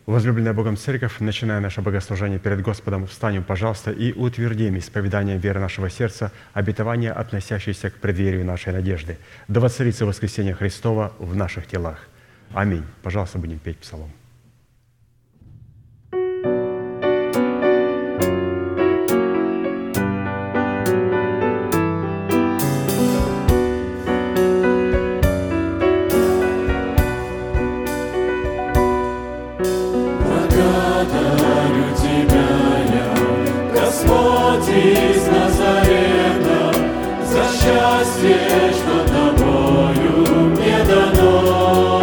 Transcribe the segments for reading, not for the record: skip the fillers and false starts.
Возлюбленная Богом Церковь, начиная наше богослужение перед Господом, встанем, пожалуйста, и утвердим исповеданием веры нашего сердца обетования, относящиеся к преддверию нашей надежды. Да воцарится воскресение Христова в наших телах. Аминь. Пожалуйста, будем петь псалом. Из Назарета, за счастье, что тобою мне дано,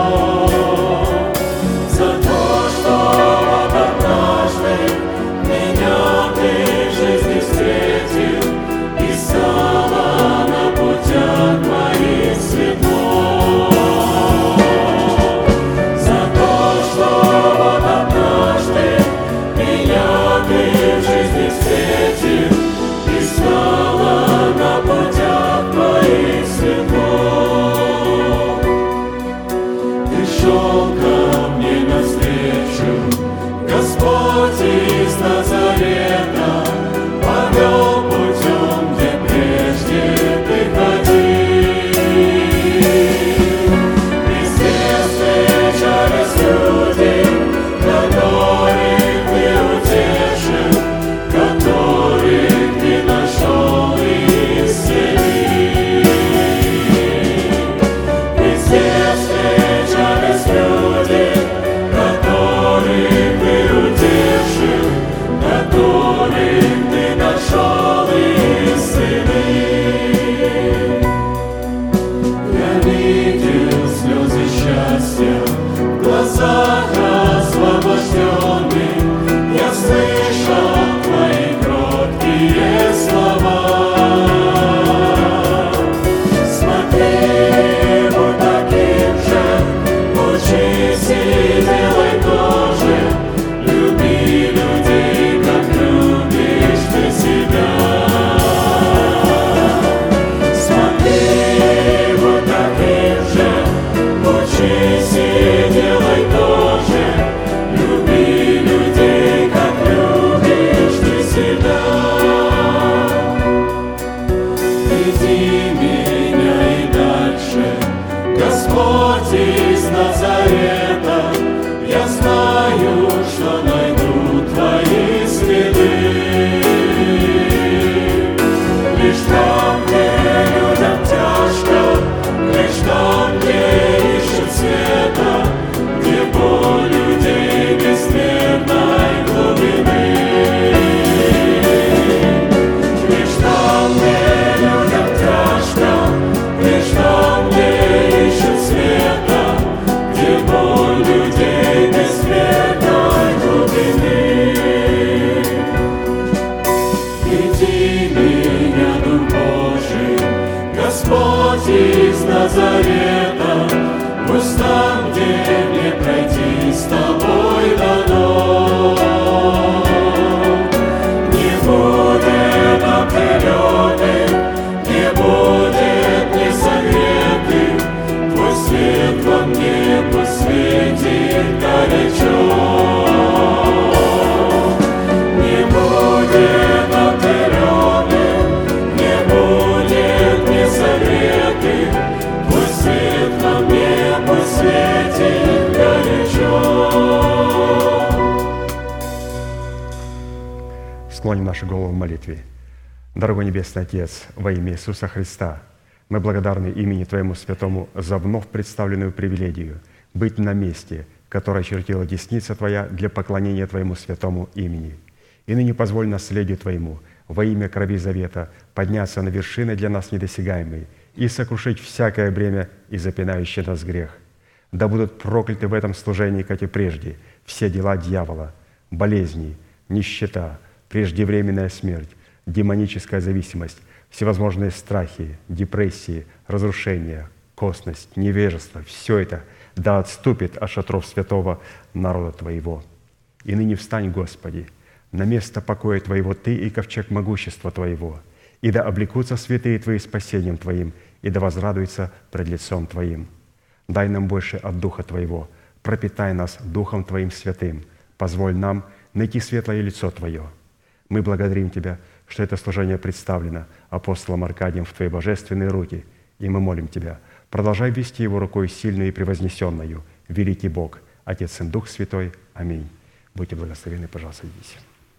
за то, что вот однажды меня ты в жизни встретил и стала на путях моих светло. За то, что вот однажды меня ты в жизни встретил и стала на путях твоих светло. Ты шел ко мне навстречу, Господь из Назарета, повел путем, где прежде ты ходил. Везде встречались люди, которых ты утешил, которых ты нашел и исцелил. Везде встречались люди, которых ты утешил, которых ты нашел и исцелил. Я видел слезы счастья в глазах освобожденных, я слышал твои кроткие слова. Смотри, будь таким же, учись и делай то же, люби людей, как любишь ты себя. Смотри, будь таким же, учись и делай то же, люби людей, как любишь ты себя. Веди меня и дальше, Господь из Назарета, я знаю, что найду твои следы. Лишь там, где людям тяжко, лишь там, где ищут света, где боль людей безмерной глубины. Лишь там, где людям тяжко, лишь там, где ищут света, где боль людей безмерной глубины. Веди меня, Дух Божий, Господь из Назарета, пусть там, где мне пройти с тобой дано, не будет определенным, не будет несогретым, пусть свет во мне, пусть светит горячо. Не будет определенным, не будет несогретым, пусть свет во мне, пусть светит горячо. Склоним наши головы в молитве. Дорогой Небесный Отец, во имя Иисуса Христа, мы благодарны имени Твоему Святому за вновь представленную привилегию быть на месте, которое чертила десница Твоя для поклонения Твоему святому имени. И ныне позволь наследию Твоему во имя крови завета подняться на вершины для нас недосягаемые и сокрушить всякое бремя и запинающий нас грех. Да будут прокляты в этом служении, как и прежде, все дела дьявола, болезни, нищета, преждевременная смерть, демоническая зависимость, всевозможные страхи, депрессии, разрушения, косность, невежество – все это да отступит от шатров святого народа Твоего. И ныне встань, Господи, на место покоя Твоего Ты и ковчег могущества Твоего, и да облекутся святые Твои спасением Твоим, и да возрадуются пред лицом Твоим. Дай нам больше от Духа Твоего, пропитай нас Духом Твоим Святым, позволь нам найти светлое лицо Твое. Мы благодарим Тебя, что это служение представлено апостолом Аркадием в Твои божественные руки, и мы молим Тебя, продолжай вести его рукой сильную и превознесенную, великий Бог, Отец и Дух Святой. Аминь. Будьте благословенны, пожалуйста, садитесь.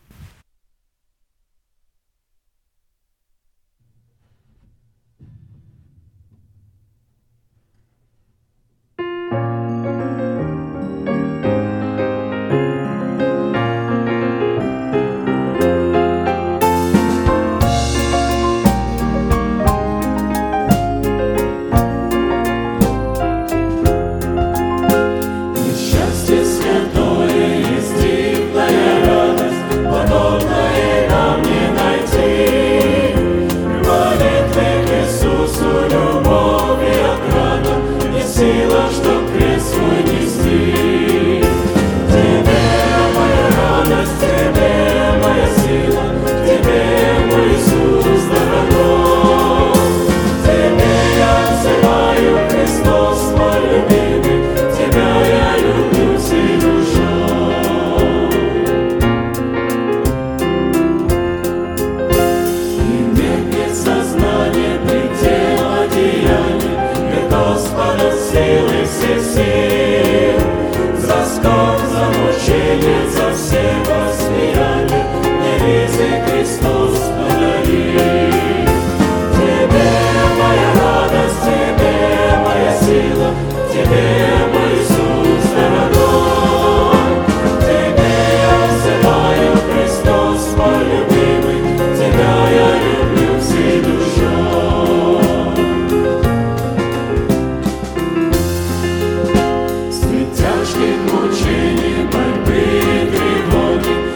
Счастье святое есть дивная радость, подобное нам не найти. Молитвы к Иисусу, любовь и отрада, и сила, чтоб крест свой нести. Тебе моя радость, Тебе моя сила, Тебе, мой Иисус дорогой. Тебе я взываю, Христос мой любимый, Тебя я люблю всей душой. Имеет сознание предела деяний, и Господа силы всех сил. За скорбь, за мучение, за все возлияния, мне везде Христос подарил. Тебе моя радость, Тебе моя сила, Тебе, мой Иисус дорогой. Тебе я взываю, Христос мой любимый, Тебя я люблю всей душой. Средь тяжких мучений, борьбы и тревоги,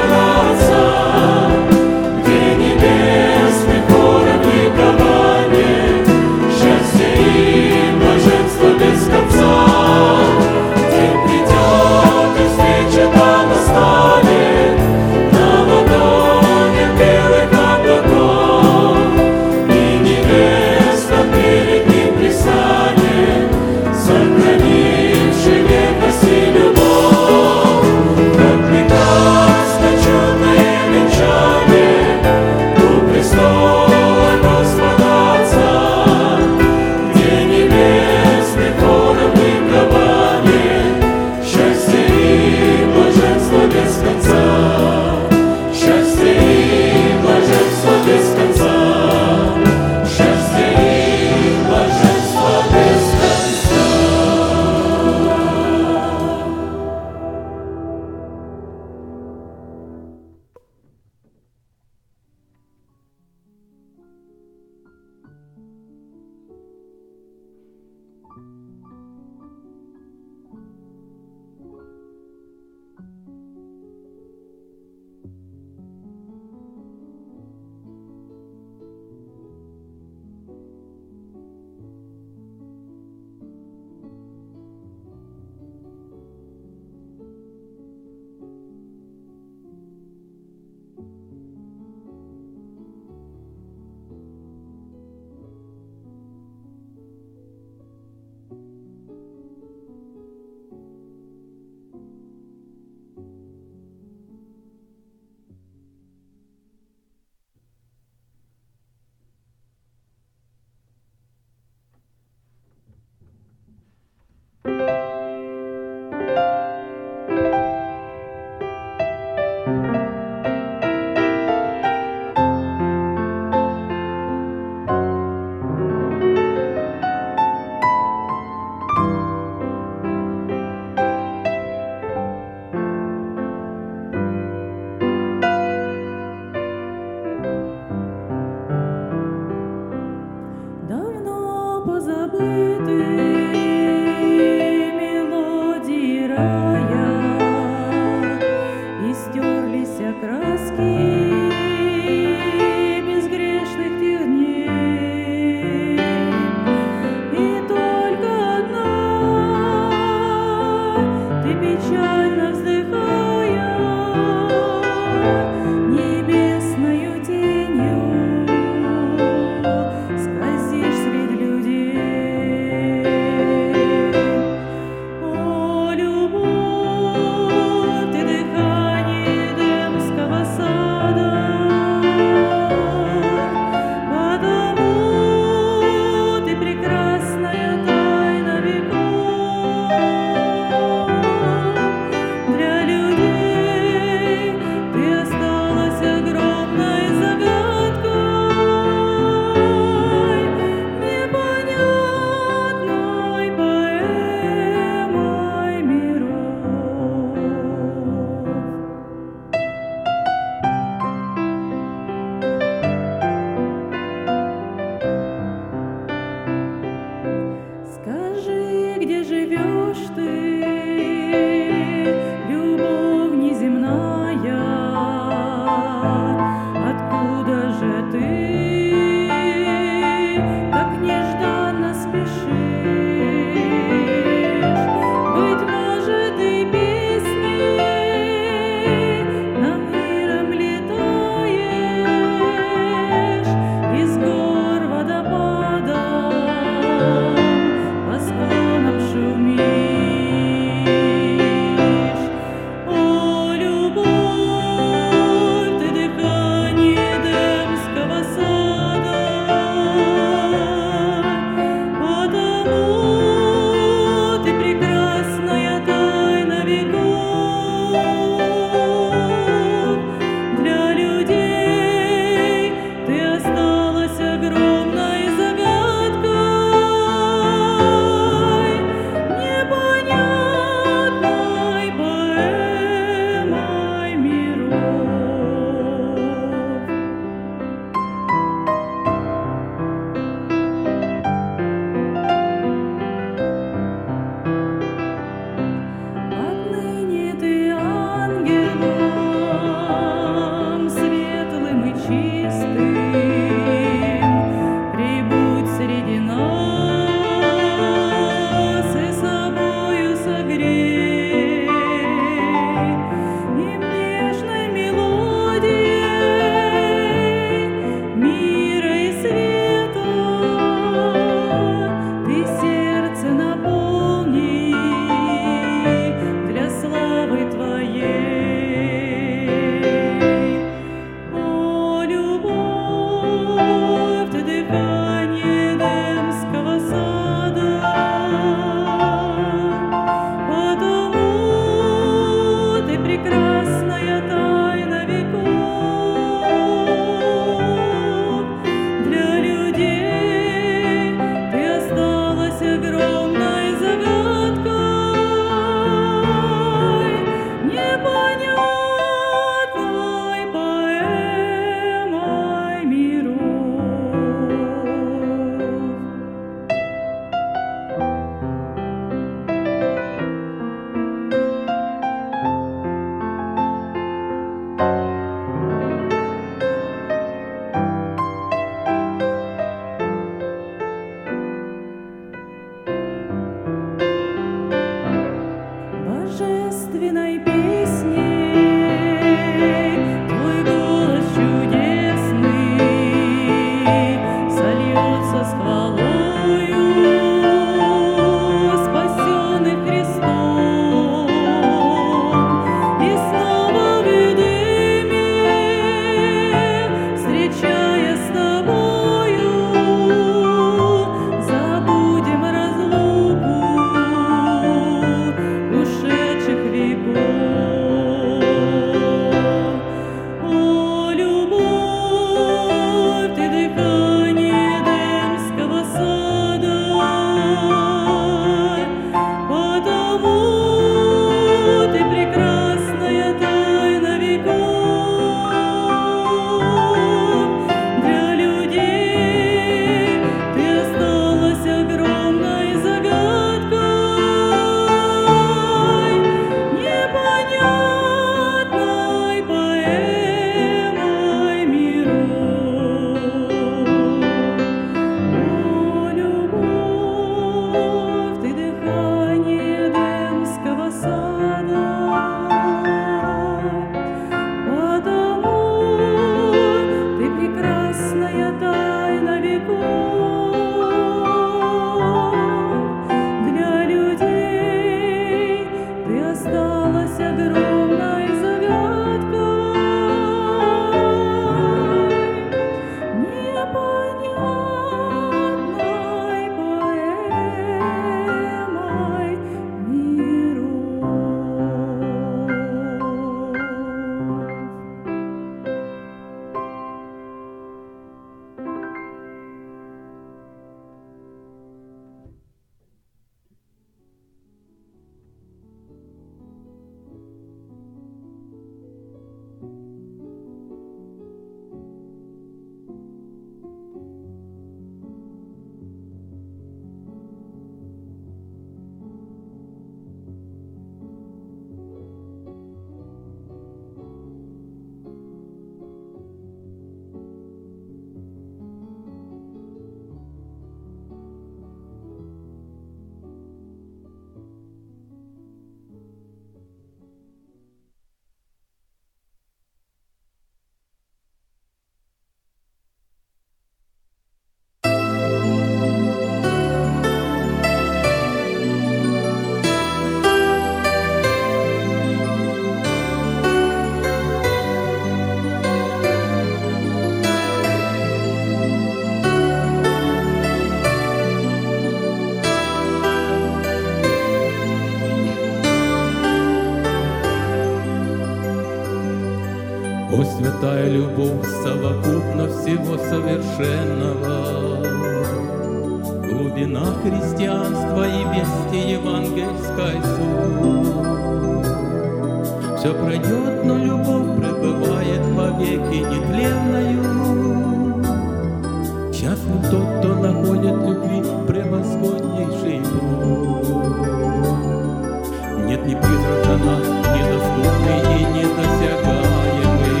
О, святая любовь, совокупно всего совершенного, глубина христианства и вести евангельской суть. Все пройдет, но любовь пребывает вовеки нетленною. Счастлив тот, кто находит любви превосходнейший путь. Нет ни призрака нас, недоступный и недосягаемый.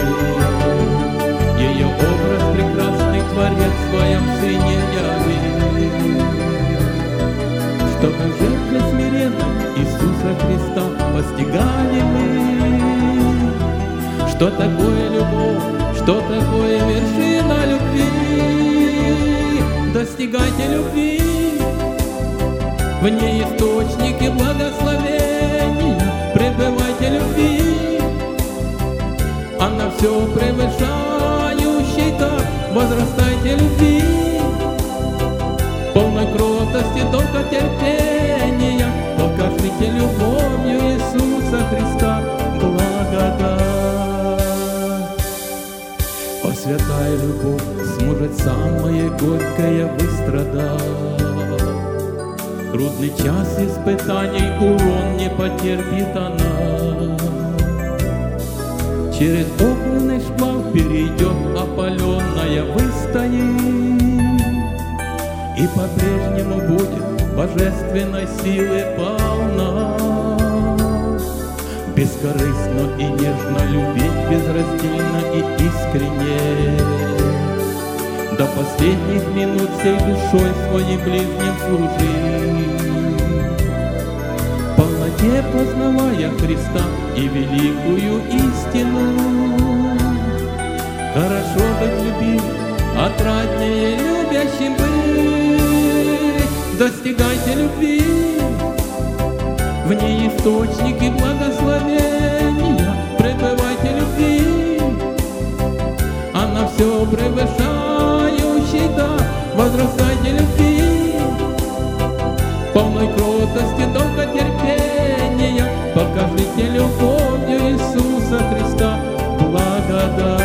Ее образ прекрасный Творец в своем Сыне явил. Чтобы в жертве смиренной Иисуса Христа постигали мы, что такое любовь, что такое вершина любви. Достигайте любви, в ней источники благословения, пребывайте любви, она все превышающей так, возрастайте любви, полной кротости, долготерпения, покажите любовью Иисуса Христа благодать. О, святая любовь сможет самое горькое выстрадать. Трудный час испытаний, урон не потерпит она. Через огненный шквал перейдет, опаленная выстоит, и по-прежнему будет божественной силы полна. Бескорыстно и нежно любить, безраздельно и искренне, до последних минут всей душой своим ближним служить, в полноте познавая Христа и великую истину. Хорошо быть любимым, отраднее любящим быть. Достигайте любви, в ней источники благословения, пребывайте любви, она все превышающий дар, возрастайте любви, полной кротости, долготерпения, покажите любовью Иисуса Христа благодать.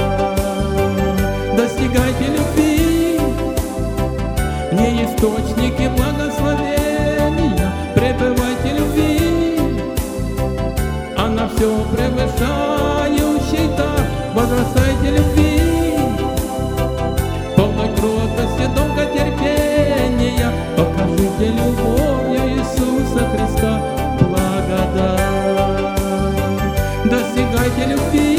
Достигайте любви, в ней источники благословения, пребывайте любви, она все превышающий дар, возрастайте любви, полной кротости, долготерпения, покажите любовью Иисуса Христа благодать. Достигайте любви,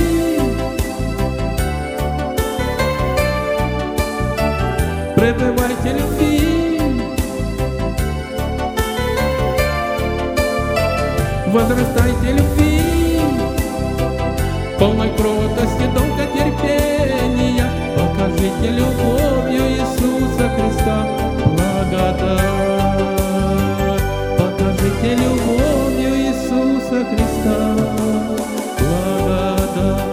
пребывайте любви, возрастайте любви, полной кротости, долготерпения, покажите любовью Иисуса Христа благодать. Покажите любовью Иисуса Христа благодать.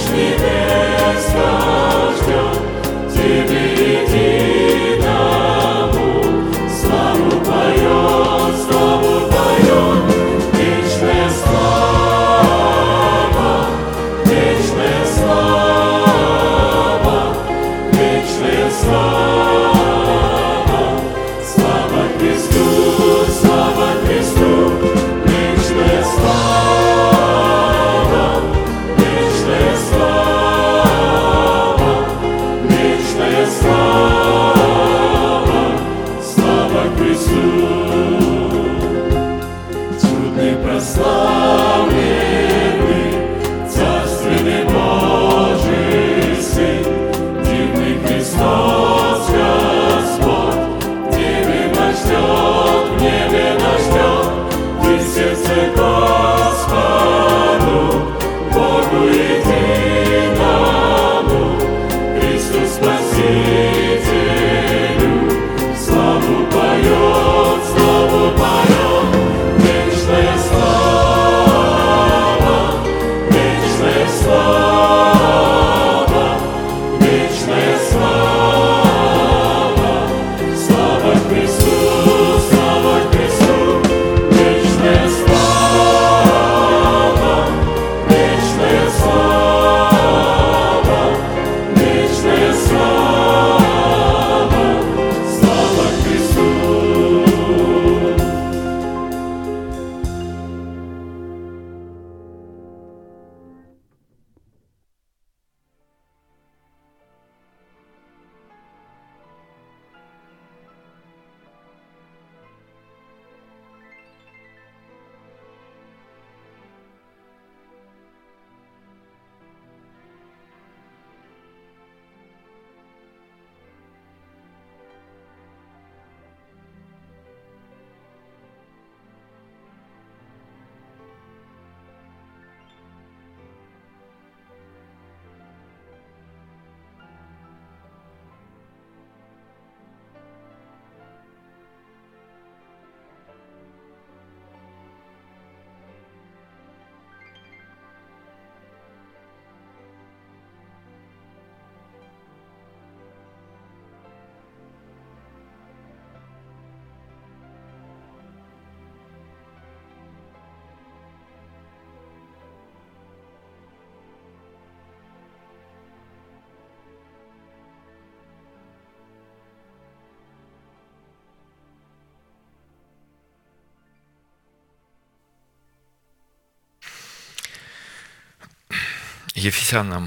Ефесянам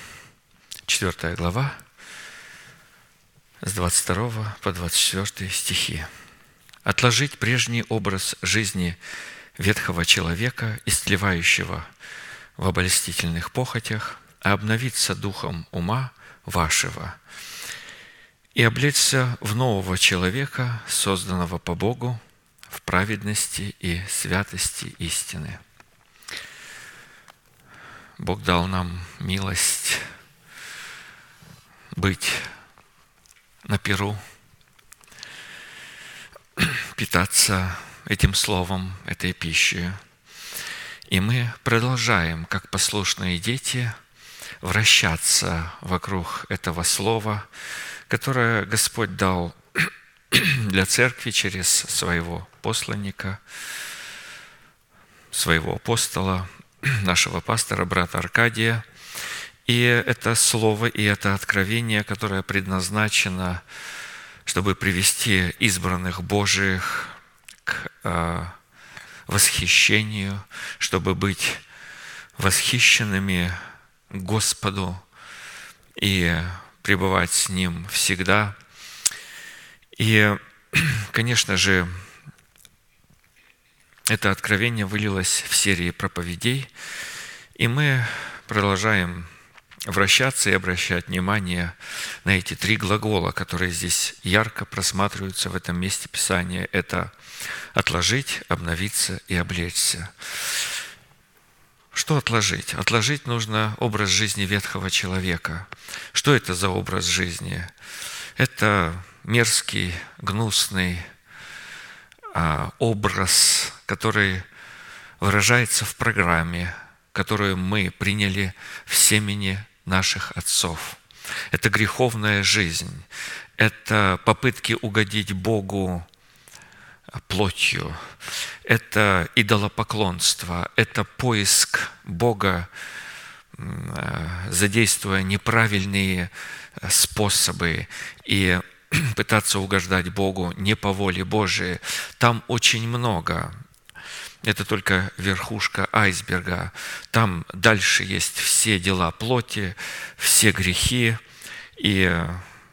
4 глава, с 22 по 24 стихи. «Отложить прежний образ жизни ветхого человека, истлевающего в обольстительных похотях, а обновиться духом ума вашего, и облечься в нового человека, созданного по Богу в праведности и святости истины». Бог дал нам милость быть на пиру, питаться этим словом, этой пищей. И мы продолжаем, как послушные дети, вращаться вокруг этого слова, которое Господь дал для церкви через своего посланника, своего апостола, нашего пастора, брата Аркадия. И это слово, и это откровение, которое предназначено, чтобы привести избранных Божиих к восхищению, чтобы быть восхищенными Господу и пребывать с Ним всегда. И, конечно же, это откровение вылилось в серии проповедей, и мы продолжаем вращаться и обращать внимание на эти три глагола, которые здесь ярко просматриваются в этом месте Писания. Это «отложить», «обновиться» и «облечься». Что отложить? Отложить нужно образ жизни ветхого человека. Что это за образ жизни? Это мерзкий, гнусный образ, который выражается в программе, которую мы приняли в семени наших отцов. Это греховная жизнь, это попытки угодить Богу плотью, это идолопоклонство, это поиск Бога, задействуя неправильные способы и пытаться угождать Богу не по воле Божией. Там очень много. Это только верхушка айсберга. Там дальше есть все дела плоти, все грехи. И,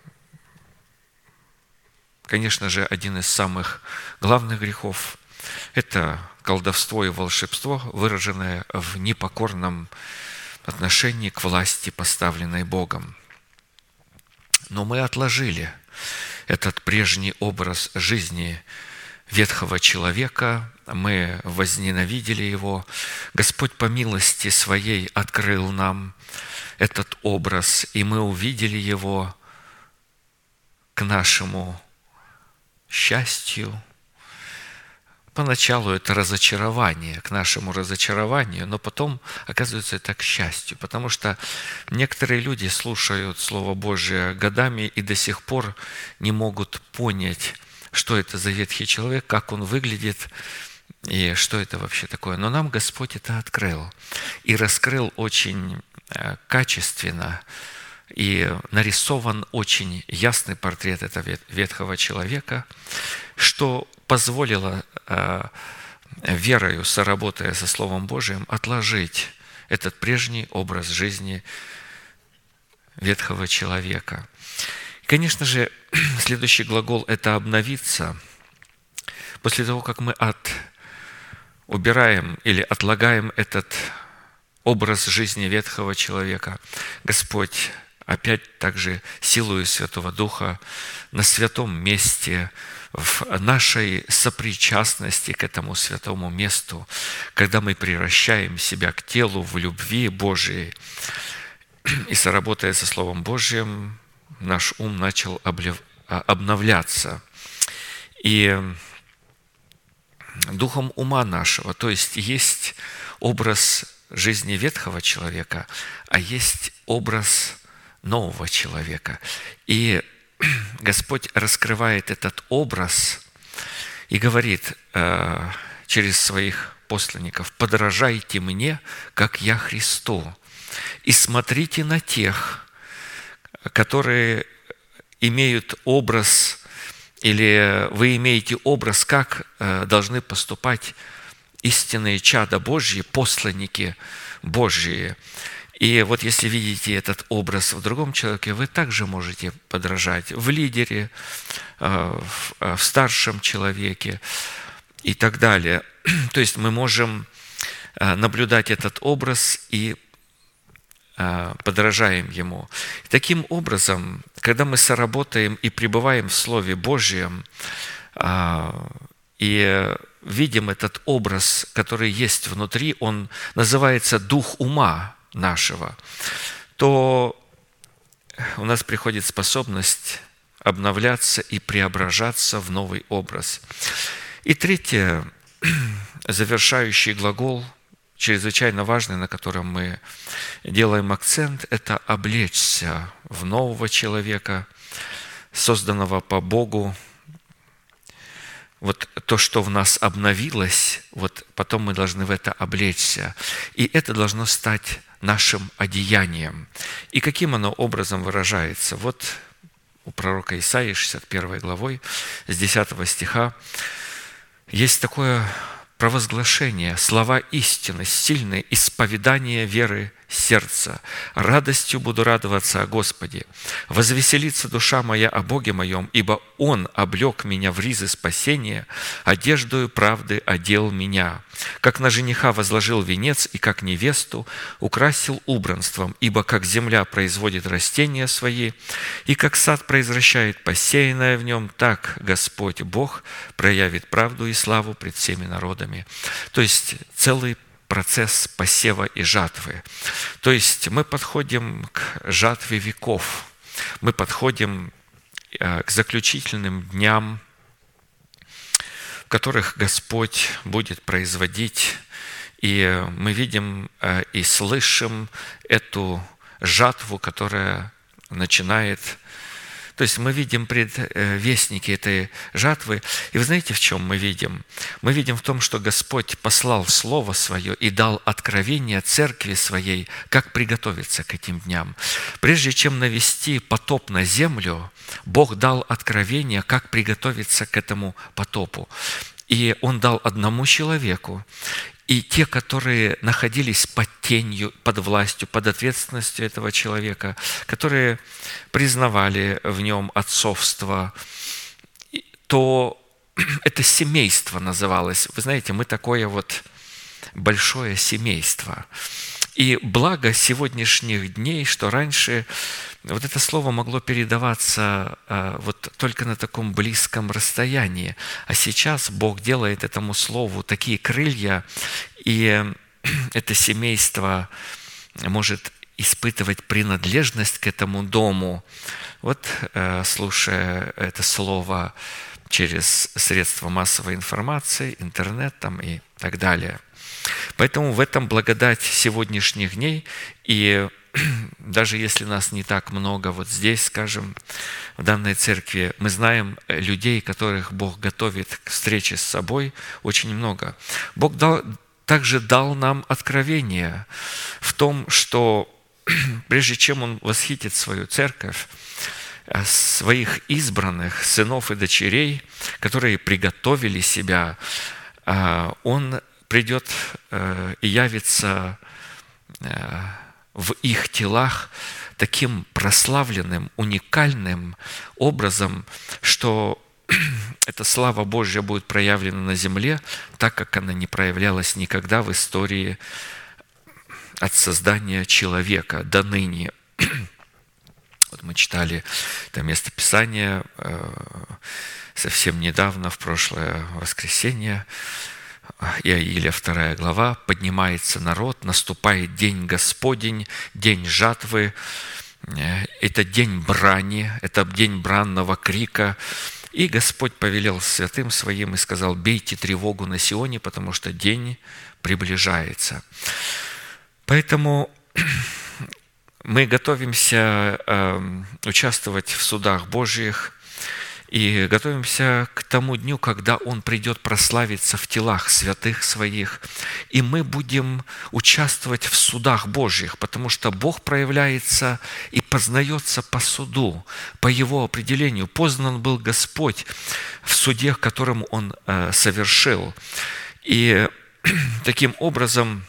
конечно же, один из самых главных грехов – это колдовство и волшебство, выраженное в непокорном отношении к власти, поставленной Богом. Но мы отложили этот прежний образ жизни ветхого человека, мы возненавидели его. Господь по милости Своей открыл нам этот образ, и мы увидели его к нашему счастью. Поначалу это разочарование, к нашему разочарованию, но потом, оказывается, это к счастью, потому что некоторые люди слушают Слово Божие годами и до сих пор не могут понять, что это за ветхий человек, как он выглядит и что это вообще такое. Но нам Господь это открыл и раскрыл очень качественно, и нарисован очень ясный портрет этого ветхого человека, что позволило верою, соработая со Словом Божиим, отложить этот прежний образ жизни ветхого человека. Конечно же, следующий глагол – это «обновиться». После того, как мы убираем или отлагаем этот образ жизни ветхого человека, Господь опять также силою Святого Духа на святом месте, в нашей сопричастности к этому святому месту, когда мы превращаем себя к телу в любви Божией, и соработая со Словом Божьим, наш ум начал обновляться. И духом ума нашего, то есть образ жизни ветхого человека, а есть образ нового человека. И Господь раскрывает этот образ и говорит через своих посланников: «Подражайте мне, как я Христу, и смотрите на тех, которые имеют образ, или вы имеете образ, как должны поступать истинные чада Божьи, посланники Божьи». И вот если видите этот образ в другом человеке, вы также можете подражать в лидере, в старшем человеке и так далее. То есть мы можем наблюдать этот образ и подражаем ему. Таким образом, когда мы соработаем и пребываем в Слове Божьем, и видим этот образ, который есть внутри, он называется «дух ума» нашего, то у нас приходит способность обновляться и преображаться в новый образ. И третье, завершающий глагол, чрезвычайно важный, на котором мы делаем акцент, это облечься в нового человека, созданного по Богу. Вот то, что в нас обновилось, вот потом мы должны в это облечься. И это должно стать нашим одеянием. И каким оно образом выражается? Вот у пророка Исаии, 61 главой, с 10 стиха, есть такое провозглашение, слова истины, сильное исповедание веры сердца. «Радостью буду радоваться о Господе. Возвеселится душа моя о Боге моем, ибо Он облег меня в ризы спасения, одеждою правды одел меня. Как на жениха возложил венец, и как невесту украсил убранством, ибо как земля производит растения свои, и как сад произвращает посеянное в нем, так Господь Бог проявит правду и славу пред всеми народами». То есть целый процесс посева и жатвы. То есть мы подходим к жатве веков, мы подходим к заключительным дням, в которых Господь будет производить И мы видим и слышим эту жатву, которая начинает. То есть мы видим предвестники этой жатвы. И вы знаете, в чем мы видим? Мы видим в том, что Господь послал Слово Свое и дал откровение Церкви Своей, как приготовиться к этим дням. Прежде чем навести потоп на землю, Бог дал откровение, как приготовиться к этому потопу. И Он дал одному человеку. И те, которые находились под тенью, под властью, под ответственностью этого человека, которые признавали в нем отцовство, то это семейство называлось. Вы знаете, мы такое вот большое семейство. И благо сегодняшних дней, что раньше вот это слово могло передаваться вот только на таком близком расстоянии. А сейчас Бог делает этому слову такие крылья, и это семейство может испытывать принадлежность к этому дому. Вот слушая это слово через средства массовой информации, интернет там и так далее. Поэтому в этом благодать сегодняшних дней, и даже если нас не так много вот здесь, скажем, в данной церкви, мы знаем людей, которых Бог готовит к встрече с собой, очень много. Бог также дал нам откровение в том, что прежде чем Он восхитит свою церковь, своих избранных сынов и дочерей, которые приготовили себя, Он придет и явится в их телах таким прославленным, уникальным образом, что эта слава Божья будет проявлена на земле, так как она не проявлялась никогда в истории от создания человека до ныне. Вот мы читали это местописание совсем недавно, в прошлое воскресенье, Иаиля 2 глава, «Поднимается народ, наступает день Господень, день жатвы, это день брани, это день бранного крика. И Господь повелел святым Своим и сказал: бейте тревогу на Сионе, потому что день приближается». Поэтому мы готовимся участвовать в судах Божьих, и готовимся к тому дню, когда Он придет прославиться в телах святых Своих. И мы будем участвовать в судах Божьих, потому что Бог проявляется и познается по суду, по Его определению. Познан был Господь в суде, которым Он совершил. И таким образом,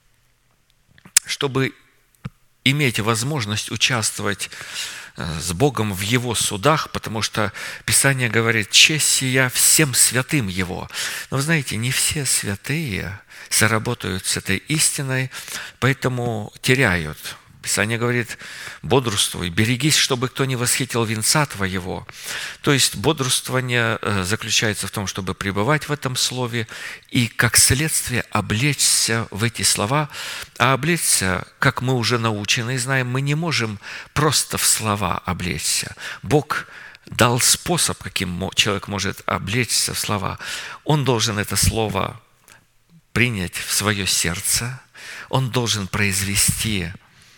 чтобы иметь возможность участвовать с Богом в Его судах, потому что Писание говорит: «Честь сия всем святым Его». Но вы знаете, не все святые соработают с этой истиной, поэтому теряют. Писание говорит: бодрствуй, берегись, чтобы кто не восхитил венца твоего. То есть бодрствование заключается в том, чтобы пребывать в этом слове и, как следствие, облечься в эти слова. А облечься, как мы уже научены и знаем, мы не можем просто в слова облечься. Бог дал способ, каким человек может облечься в слова. Он должен это слово принять в свое сердце, он должен произвести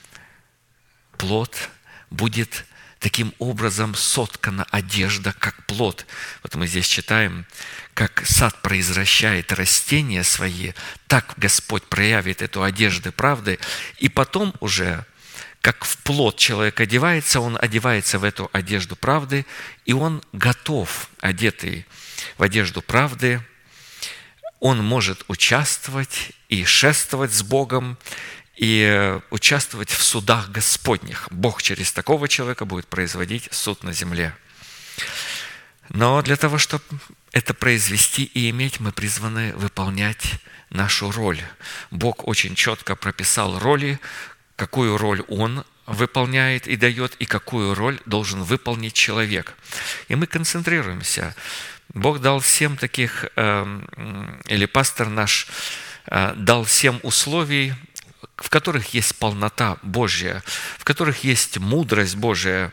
плод, будет таким образом соткана одежда, как плод. Вот мы здесь читаем, как сад произвращает растения свои, так Господь проявит эту одежду правды, и потом уже, как в плод человек одевается, он одевается в эту одежду правды, и он готов, одетый в одежду правды, он может участвовать и шествовать с Богом, и участвовать в судах Господних. Бог через такого человека будет производить суд на земле. Но для того, чтобы это произвести и иметь, мы призваны выполнять нашу роль. Бог очень четко прописал роли, какую роль Он выполняет и дает, и какую роль должен выполнить человек. И мы концентрируемся. Бог дал 7 таких, или пастор наш дал 7 условий, в которых есть полнота Божья, в которых есть мудрость Божия,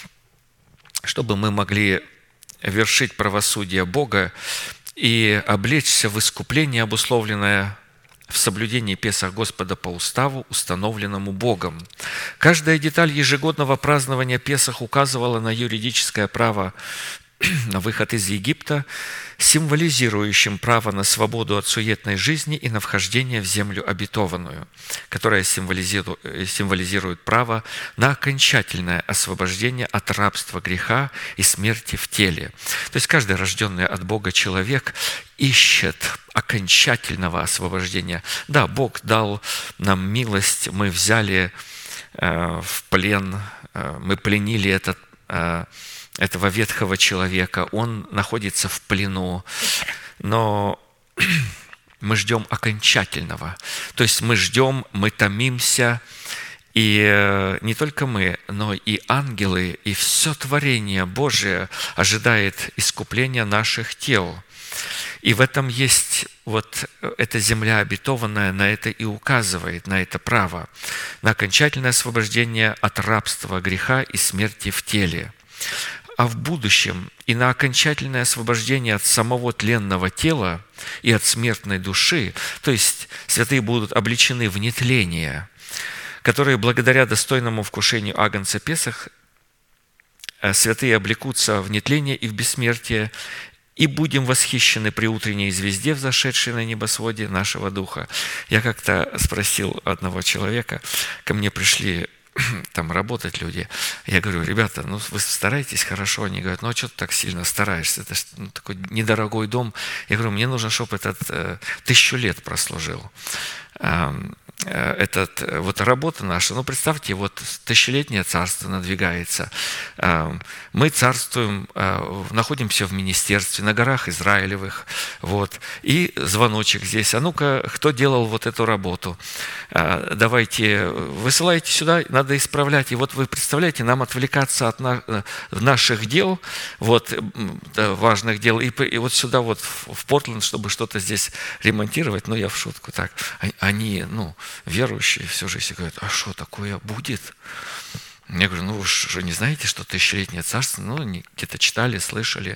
чтобы мы могли вершить правосудие Бога и облечься в искупление, обусловленное в соблюдении Песах Господа по уставу, установленному Богом. Каждая деталь ежегодного празднования Песах указывала на юридическое право на выход из Египта, символизирующим право на свободу от суетной жизни и на вхождение в землю обетованную, которая символизирует право на окончательное освобождение от рабства греха и смерти в теле. То есть каждый рожденный от Бога человек ищет окончательного освобождения. Да, Бог дал нам милость, мы взяли в плен, мы пленили этого ветхого человека, он находится в плену, но мы ждем окончательного. То есть мы ждем, мы томимся, и не только мы, но и ангелы, и все творение Божие ожидает искупления наших тел. И в этом есть вот эта земля обетованная, на это и указывает, на это право, на окончательное освобождение от рабства греха и смерти в теле. А в будущем и на окончательное освобождение от самого тленного тела и от смертной души, то есть святые будут облечены в нетление, которые благодаря достойному вкушению Агнца Песах святые облекутся в нетление и в бессмертие, и будем восхищены при утренней звезде, взошедшей на небосводе нашего духа. Я как-то спросил одного человека, ко мне пришли там работать люди. Я говорю: ребята, вы стараетесь хорошо. Они говорят: а что ты так сильно стараешься? Это же такой недорогой дом. Я говорю: мне нужно, чтобы этот 1000 лет прослужил. Вот работа наша, представьте, вот тысячелетнее царство надвигается. Мы царствуем, находимся в министерстве, на горах Израилевых, и звоночек здесь. А ну-ка, кто делал вот эту работу? Давайте, высылайте сюда, надо исправлять. И вот вы представляете, нам отвлекаться от наших дел, важных дел, и вот сюда в Портленд, чтобы что-то здесь ремонтировать. Я в шутку так. Они, верующие всю жизнь говорят: а что такое будет? Я говорю: вы же не знаете, что тысячелетнее царство? Где-то читали, слышали.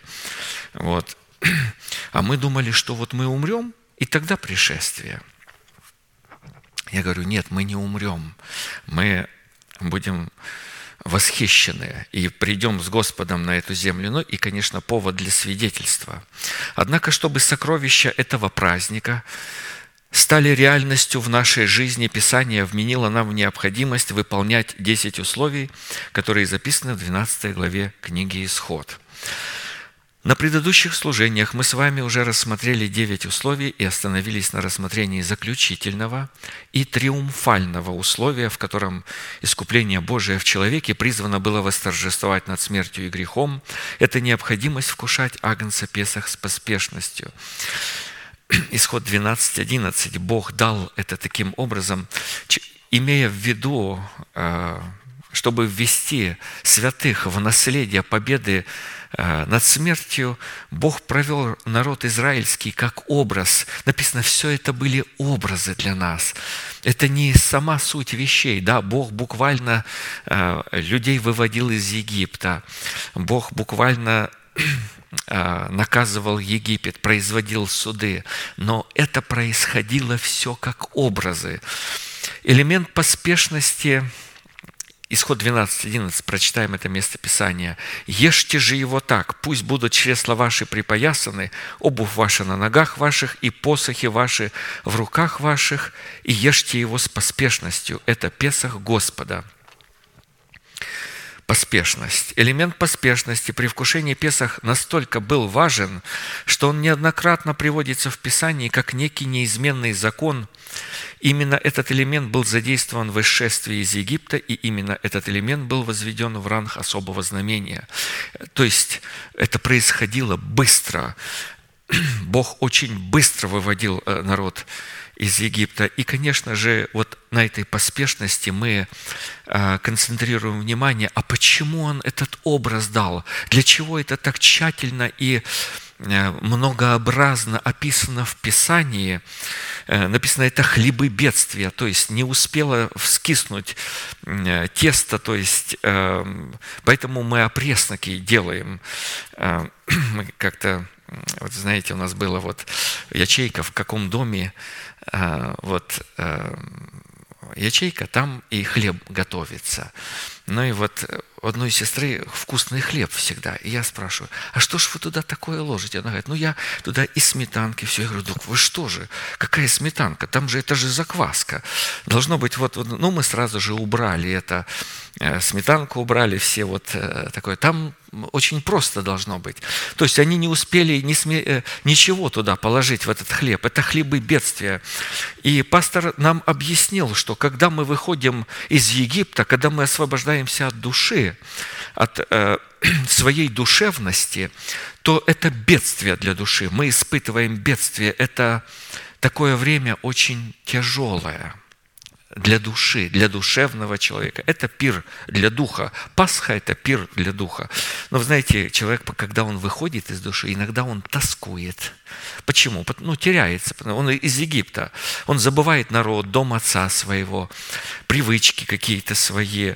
А мы думали, что мы умрем, и тогда пришествие. Я говорю: нет, мы не умрем. Мы будем восхищены и придем с Господом на эту землю. И, конечно, повод для свидетельства. Однако, чтобы сокровища этого праздника стали реальностью в нашей жизни, Писание вменило нам в необходимость выполнять 10 условий, которые записаны в 12 главе книги «Исход». На предыдущих служениях мы с вами уже рассмотрели 9 условий и остановились на рассмотрении заключительного и триумфального условия, в котором искупление Божие в человеке призвано было восторжествовать над смертью и грехом. Это необходимость вкушать Агнца Песах с поспешностью. Исход 12:11. Бог дал это таким образом, имея в виду, чтобы ввести святых в наследие победы над смертью. Бог провел народ израильский как образ. Написано, все это были образы для нас. Это не сама суть вещей. Да, Бог буквально людей выводил из Египта. Бог буквально наказывал Египет, производил суды, но это происходило все как образы. Элемент поспешности, Исход 12:11, прочитаем это место Писания. «Ешьте же его так, пусть будут чресла ваши припоясаны, обувь ваша на ногах ваших и посохи ваши в руках ваших, и ешьте его с поспешностью». Это Песах Господа. Поспешность. Элемент поспешности при вкушении Песах настолько был важен, что он неоднократно приводится в Писании как некий неизменный закон. Именно этот элемент был задействован в исшествии из Египта, и именно этот элемент был возведен в ранг особого знамения. То есть это происходило быстро. Бог очень быстро выводил народ из Египта. И, конечно же, вот на этой поспешности мы концентрируем внимание, а почему он этот образ дал? Для чего это так тщательно и многообразно описано в Писании? Написано, это хлебы бедствия, то есть не успело вскиснуть тесто, то есть поэтому мы опресноки делаем. Мы как-то вот знаете, у нас была вот ячейка, в каком доме ячейка, там и хлеб готовится. Ну и вот у одной сестры вкусный хлеб всегда. И я спрашиваю, а что ж вы туда такое ложите? Она говорит, я туда и сметанки все. Я говорю, вы что же, какая сметанка? Там же, это же закваска. Должно быть мы сразу же убрали это, сметанку убрали, все такое. Там очень просто должно быть. То есть они не успели ничего туда положить в этот хлеб. Это хлебы бедствия. И пастор нам объяснил, что когда мы выходим из Египта, когда мы освобождаемся от души, от своей душевности, то это бедствие для души. Мы испытываем бедствие. Это такое время очень тяжелое для души, для душевного человека. Это пир для духа. Пасха – это пир для духа. Но, вы знаете, человек, когда он выходит из души, иногда он тоскует. Почему? Теряется. Он из Египта. Он забывает народ, дом отца своего, привычки какие-то свои.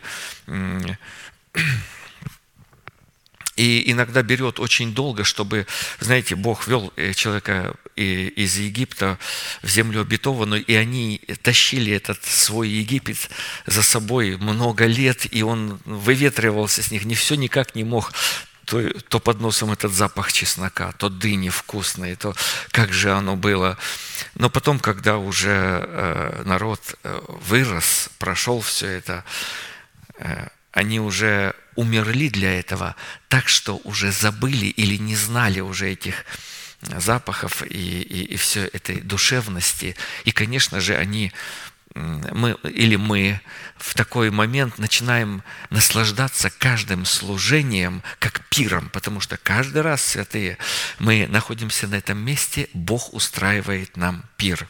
И иногда берет очень долго, чтобы, знаете, Бог вел человека из Египта в землю обетованную, и они тащили этот свой Египет за собой много лет, и он выветривался с них, все никак не мог. То под носом этот запах чеснока, то дыни вкусные, то как же оно было. Но потом, когда уже народ вырос, прошел все это, они уже умерли для этого, так что уже забыли или не знали уже этих запахов и все этой душевности. И, конечно же, мы в такой момент начинаем наслаждаться каждым служением как пиром, потому что каждый раз, святые, мы находимся на этом месте, Бог устраивает нам пир.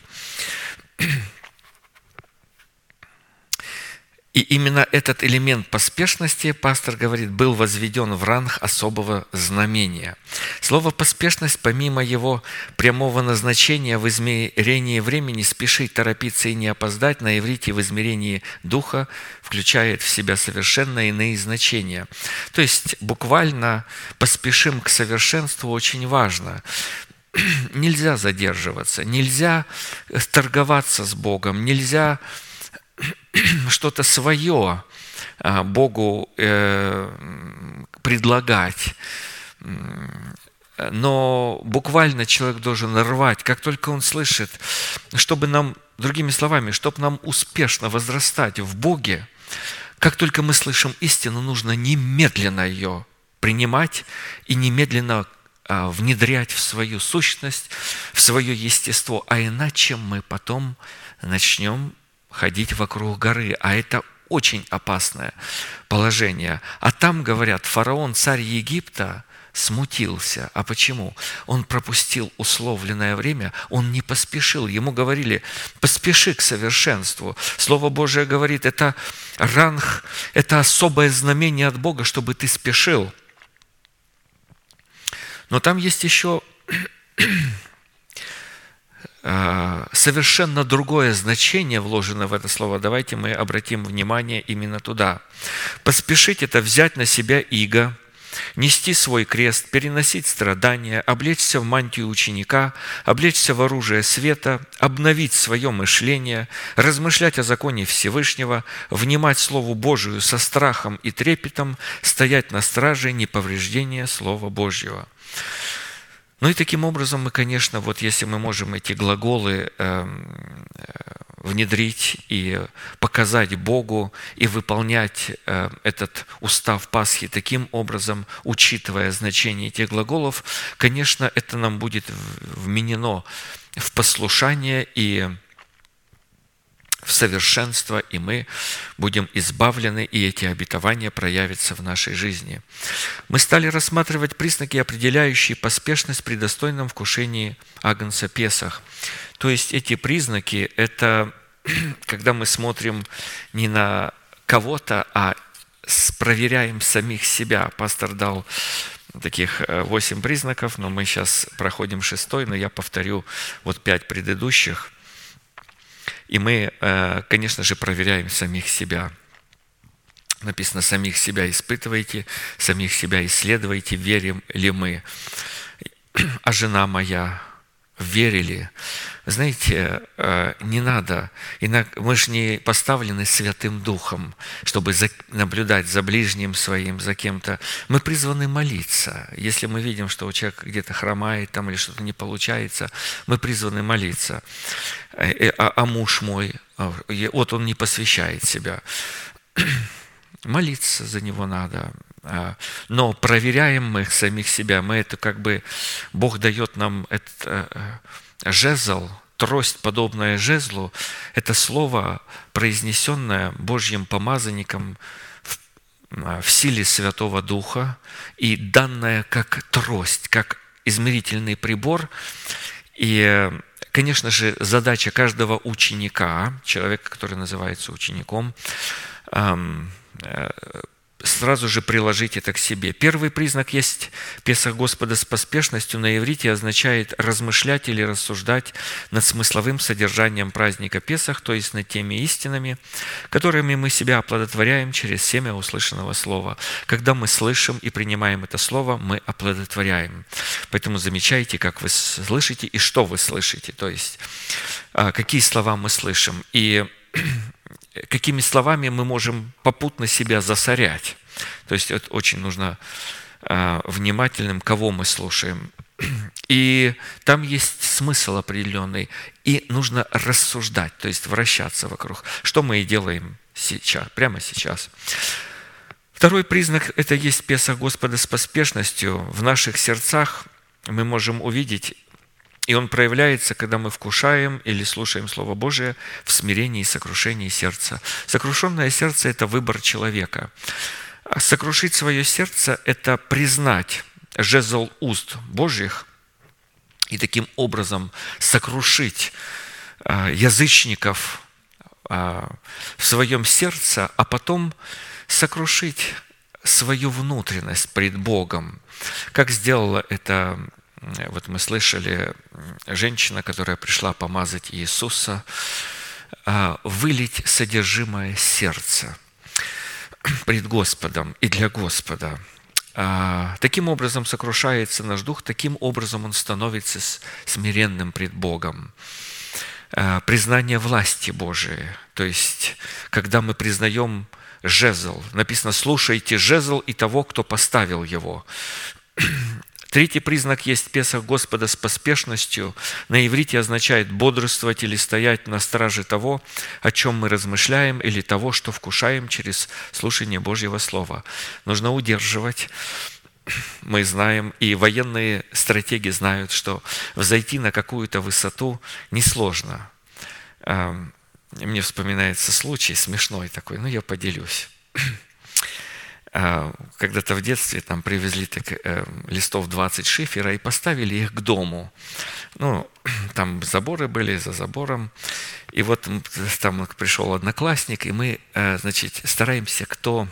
И именно этот элемент поспешности, пастор говорит, был возведен в ранг особого знамения. Слово «поспешность», помимо его прямого назначения в измерении времени, спешить, торопиться и не опоздать, на иврите в измерении духа включает в себя совершенно иные значения. То есть буквально «поспешим к совершенству» очень важно. Нельзя задерживаться, нельзя торговаться с Богом, нельзя что-то свое Богу предлагать. Но буквально человек должен рвать, как только он слышит, чтобы нам, другими словами, чтобы нам успешно возрастать в Боге, как только мы слышим истину, нужно немедленно ее принимать и немедленно внедрять в свою сущность, в свое естество, а иначе мы потом начнем ходить вокруг горы, а это очень опасное положение. А там, говорят, фараон, царь Египта, смутился. А почему? Он пропустил условленное время, он не поспешил. Ему говорили, поспеши к совершенству. Слово Божие говорит, это ранг, это особое знамение от Бога, чтобы ты спешил. Но там есть еще совершенно другое значение вложено в это слово. Давайте мы обратим внимание именно туда. Поспешить – это взять на себя иго, нести свой крест, переносить страдания, облечься в мантию ученика, облечься в оружие света, обновить свое мышление, размышлять о законе Всевышнего, внимать Слову Божию со страхом и трепетом, стоять на страже неповреждения Слова Божьего. Ну и таким образом мы, конечно, если мы можем эти глаголы внедрить и показать Богу и выполнять этот устав Пасхи таким образом, учитывая значение этих глаголов, конечно, это нам будет вменено в послушание и в совершенство, и мы будем избавлены, и эти обетования проявятся в нашей жизни. Мы стали рассматривать признаки, определяющие поспешность при достойном вкушении Агнца Песах. То есть эти признаки – это когда мы смотрим не на кого-то, а проверяем самих себя. Пастор дал таких 8 признаков, но мы сейчас проходим 6, но я повторю 5 предыдущих. И мы, конечно же, проверяем самих себя. Написано, самих себя испытывайте, самих себя исследуйте, верим ли мы. а жена моя верили. Знаете, не надо, мы же не поставлены Святым Духом, чтобы наблюдать за ближним своим, за кем-то. Мы призваны молиться. Если мы видим, что у человека где-то хромает там, или что-то не получается, мы призваны молиться. А муж мой, вот он не посвящает себя. Молиться за него надо. Но проверяем мы самих себя. Мы это как бы, Бог дает нам жезл, трость, подобная жезлу. Это слово, произнесенное Божьим помазанником в силе Святого Духа и данное как трость, как измерительный прибор. И, конечно же, задача каждого ученика, человека, который называется учеником, сразу же приложить это к себе. Первый признак есть Песах Господа с поспешностью. На иврите означает размышлять или рассуждать над смысловым содержанием праздника Песах, то есть над теми истинами, которыми мы себя оплодотворяем через семя услышанного слова. Когда мы слышим и принимаем это слово, мы оплодотворяем. Поэтому замечайте, как вы слышите и что вы слышите, то есть какие слова мы слышим. И какими словами мы можем попутно себя засорять. То есть это очень нужно внимательным, кого мы слушаем. И там есть смысл определенный. И нужно рассуждать, то есть вращаться вокруг. Что мы и делаем сейчас, прямо сейчас. Второй признак – это есть Песах Господа с поспешностью. В наших сердцах мы можем увидеть, и он проявляется, когда мы вкушаем или слушаем Слово Божие в смирении и сокрушении сердца. Сокрушенное сердце – это выбор человека. А сокрушить свое сердце – это признать жезл уст Божьих и таким образом сокрушить язычников в своем сердце, а потом сокрушить свою внутренность пред Богом. Как сделала это, вот мы слышали, женщина, которая пришла помазать Иисуса, вылить содержимое сердца пред Господом и для Господа. Таким образом сокрушается наш дух, таким образом он становится смиренным пред Богом. Признание власти Божией, то есть, когда мы признаем жезл, написано «слушайте жезл и того, кто поставил его». Третий признак есть Песах Господа с поспешностью. На иврите означает бодрствовать или стоять на страже того, о чем мы размышляем, или того, что вкушаем через слушание Божьего Слова. Нужно удерживать. Мы знаем, и военные стратеги знают, что взойти на какую-то высоту несложно. Мне вспоминается случай смешной такой, но я поделюсь. Когда-то в детстве там привезли листов 20 шифера и поставили их к дому. Ну, там заборы были, за забором. И вот там пришел одноклассник, и мы, значит, стараемся, кто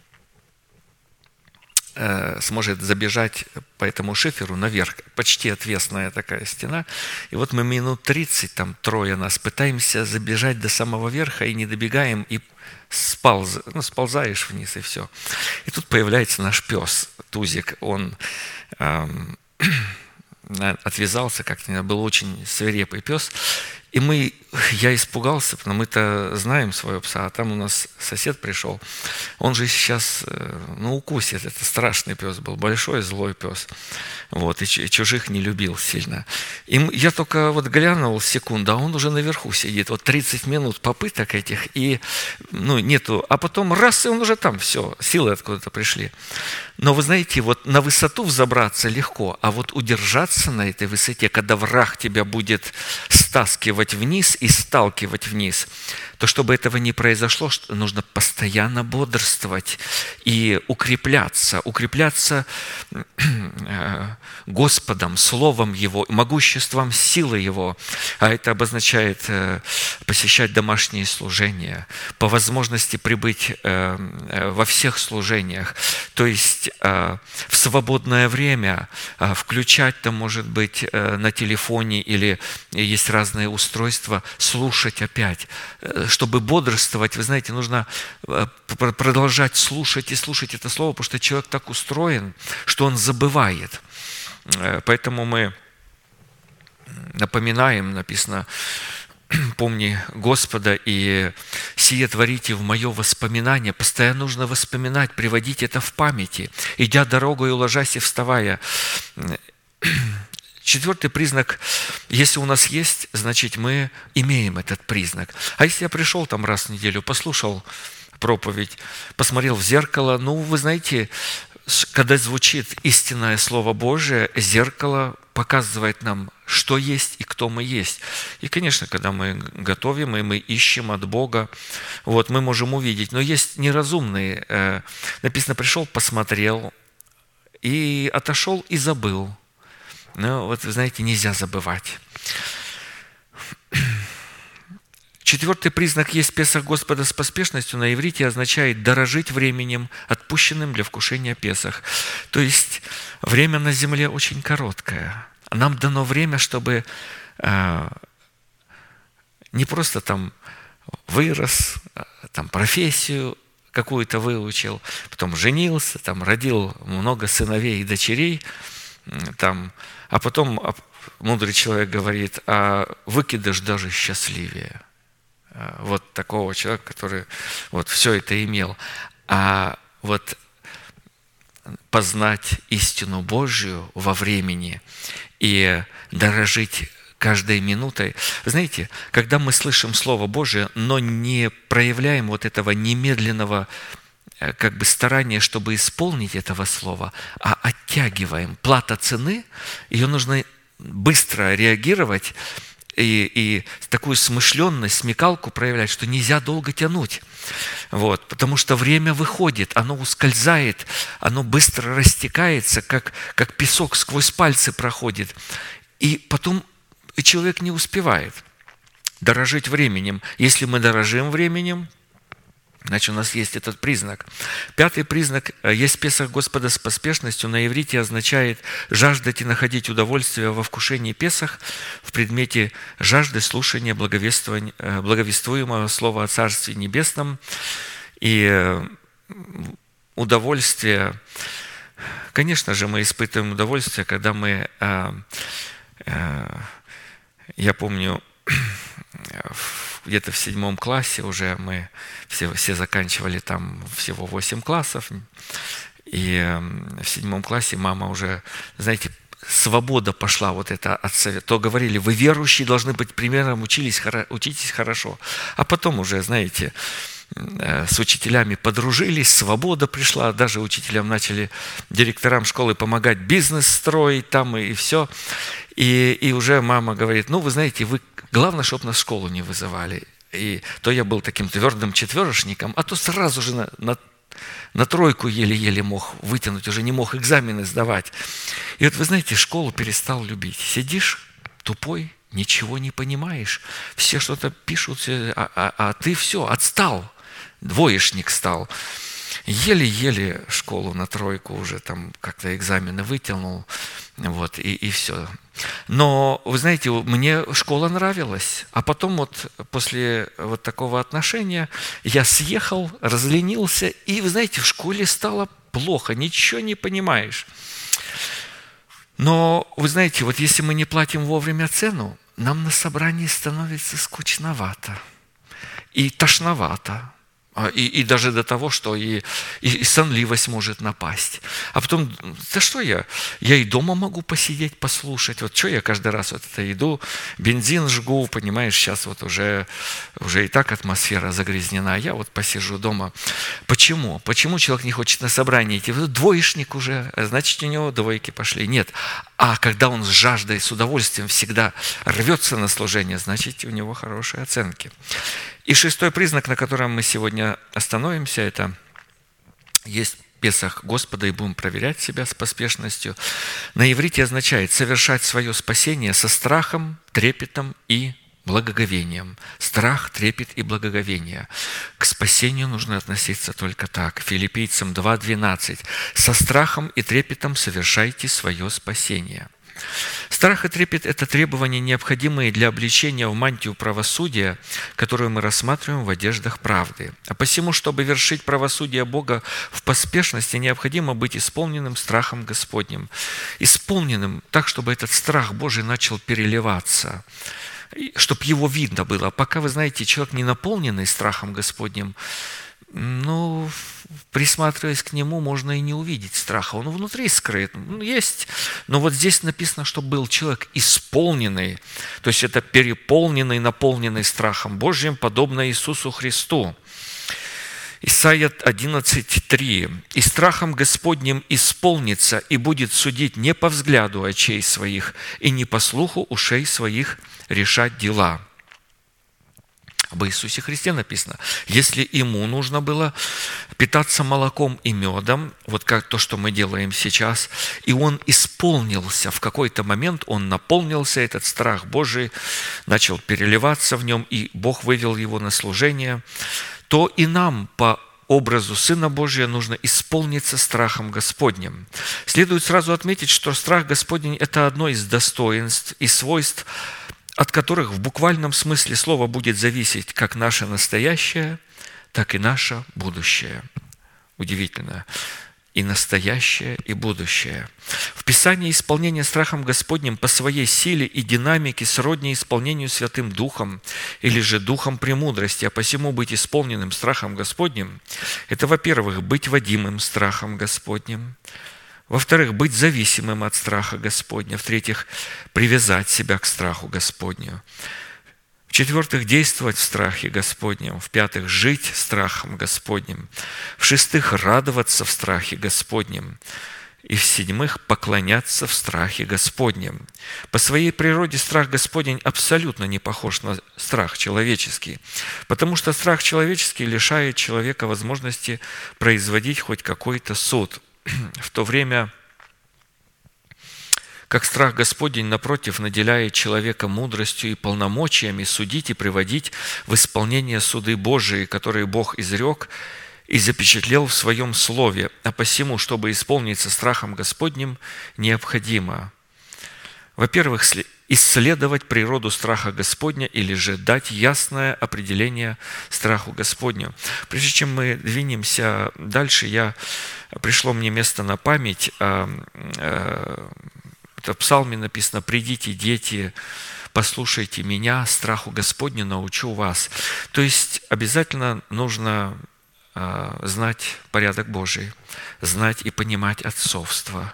сможет забежать по этому шиферу наверх. Почти отвесная такая стена. И вот мы минут 30, там трое нас, пытаемся забежать до самого верха и не добегаем, и сползаешь вниз, и все. И тут появляется наш пес, Тузик. Он отвязался как-то, был очень свирепый пес. И я испугался, потому что мы-то знаем своего пса, а там у нас сосед пришел. Он же сейчас, укусит. Это страшный пес был, большой, злой пес. Вот, и чужих не любил сильно. И я только вот глянул секунду, а он уже наверху сидит. Вот 30 минут попыток этих, и нету. А потом раз, и он уже там, все, силы откуда-то пришли. Но вы знаете, вот на высоту взобраться легко, а вот удержаться на этой высоте, когда враг тебя будет стаскивать вниз и сталкивать вниз, то чтобы этого не произошло, нужно постоянно бодрствовать и укрепляться Господом, Словом Его, могуществом силы Его. А это обозначает посещать домашние служения, по возможности прибыть во всех служениях, то есть в свободное время включать там, может быть, на телефоне или есть разные устройства, слушать опять. Чтобы бодрствовать, вы знаете, нужно продолжать слушать и слушать это слово, потому что человек так устроен, что он забывает. Поэтому мы напоминаем, написано, «Помни Господа, и сие творите в мое воспоминание». Постоянно нужно вспоминать, приводить это в памяти, идя дорогой, ложась и вставая. 4 признак, если у нас есть, значит, мы имеем этот признак. А если я пришел там раз в неделю, послушал проповедь, посмотрел в зеркало, вы знаете, когда звучит истинное Слово Божие, зеркало показывает нам, что есть и кто мы есть. И, конечно, когда мы готовим, и мы ищем от Бога, мы можем увидеть. Но есть неразумные. Написано, пришел, посмотрел, и отошел, и забыл. Вы знаете, нельзя забывать. 4 признак есть Песах Господа с поспешностью. На иврите означает дорожить временем, отпущенным для вкушения Песах. То есть время на земле очень короткое. Нам дано время, чтобы не просто там вырос, там профессию какую-то выучил, потом женился, там родил много сыновей и дочерей, а потом мудрый человек говорит, а выкидыш даже счастливее. Вот такого человека, который все это имел. А познать истину Божью во времени и дорожить каждой минутой. Вы знаете, когда мы слышим Слово Божие, но не проявляем этого немедленного старания, чтобы исполнить этого слова, а оттягиваем. Плата цены, ее нужно быстро реагировать и такую смышленность, смекалку проявлять, что нельзя долго тянуть. Потому что время выходит, оно ускользает, оно быстро растекается, как песок сквозь пальцы проходит. И потом человек не успевает дорожить временем. Если мы дорожим временем, значит, у нас есть этот признак. 5 признак есть Песах Господа с поспешностью. На иврите означает жаждать и находить удовольствие во вкушении Песах в предмете жажды слушания благовествуемого слова о Царстве Небесном. И удовольствие, конечно же, мы испытываем удовольствие, когда мы, я помню, где-то в 7 классе уже мы все заканчивали там всего 8 классов. И в 7 классе мама уже, знаете, свобода пошла это от совета. То говорили, вы верующие должны быть примером, учитесь хорошо. А потом уже, знаете, с учителями подружились, свобода пришла, даже учителям начали, директорам школы помогать бизнес строить там и все. И уже мама говорит, вы знаете, главное, чтобы нас в школу не вызывали. И то я был таким твердым четверошником, а то сразу же на 3 еле-еле мог вытянуть, уже не мог экзамены сдавать. И вы знаете, школу перестал любить. Сидишь тупой, ничего не понимаешь, все что-то пишут, а ты все, отстал, двоечник стал. Еле-еле школу на 3 уже там как-то экзамены вытянул, и все. Но, вы знаете, мне школа нравилась. А потом после такого отношения я съехал, разленился, и, вы знаете, в школе стало плохо, ничего не понимаешь. Но, вы знаете, если мы не платим вовремя цену, нам на собрании становится скучновато и тошновато. И даже до того, что и сонливость может напасть. А потом, да что я и дома могу посидеть, послушать. Что я каждый раз это иду, бензин жгу, понимаешь, сейчас уже и так атмосфера загрязнена, а я посижу дома. Почему? Почему человек не хочет на собрание идти? Двоечник уже, значит, у него 2 пошли. Нет. А когда он с жаждой, с удовольствием всегда рвется на служение, значит, у него хорошие оценки. И 6 признак, на котором мы сегодня остановимся, это есть Песах Господа, и будем проверять себя с поспешностью. На иврите означает совершать свое спасение со страхом, трепетом и благоговением. Страх, трепет и благоговение. К спасению нужно относиться только так. Филиппийцам 2:12. Со страхом и трепетом совершайте свое спасение. Страх и трепет – это требования, необходимые для облечения в мантию правосудия, которую мы рассматриваем в одеждах правды. А посему, чтобы вершить правосудие Бога в поспешности, необходимо быть исполненным страхом Господним. Исполненным так, чтобы этот страх Божий начал переливаться, чтобы его видно было. Пока, вы знаете, человек не наполненный страхом Господним, присматриваясь к нему, можно и не увидеть страха. Он внутри скрыт, есть. Но вот здесь написано, что был человек исполненный, то есть это переполненный, наполненный страхом Божьим, подобно Иисусу Христу. Исайя 11:3. «И страхом Господним исполнится, и будет судить не по взгляду очей своих, и не по слуху ушей своих решать дела». Об Иисусе Христе написано, если ему нужно было питаться молоком и медом, вот как то, что мы делаем сейчас, и он исполнился, в какой-то момент он наполнился, этот страх Божий начал переливаться в нем, и Бог вывел его на служение, то и нам по образу Сына Божия нужно исполниться страхом Господним. Следует сразу отметить, что страх Господень – это одно из достоинств и свойств, от которых в буквальном смысле слова будет зависеть как наше настоящее, так и наше будущее. Удивительно. И настоящее, и будущее. В Писании исполнение страхом Господним по своей силе и динамике сродни исполнению Святым Духом или же Духом премудрости, а посему быть исполненным страхом Господним – это, во-первых, быть водимым страхом Господним, во-вторых, быть зависимым от страха Господня. В-третьих, привязать себя к страху Господню. В-четвертых, действовать в страхе Господнем. В-пятых, жить страхом Господним. В-шестых, радоваться в страхе Господнем. И в-седьмых, поклоняться в страхе Господнем. По своей природе страх Господень абсолютно не похож на страх человеческий, потому что страх человеческий лишает человека возможности производить хоть какой-то суд, в то время как страх Господень, напротив, наделяет человека мудростью и полномочиями судить и приводить в исполнение суды Божии, которые Бог изрек и запечатлел в Своем Слове. А посему, чтобы исполниться страхом Господним, необходимо, во-первых, исследовать природу страха Господня или же дать ясное определение страху Господню. Прежде чем мы двинемся дальше, пришло мне место на память. Это в Псалме написано: «Придите, дети, послушайте меня, страху Господню научу вас». То есть обязательно нужно знать порядок Божий, знать и понимать отцовство,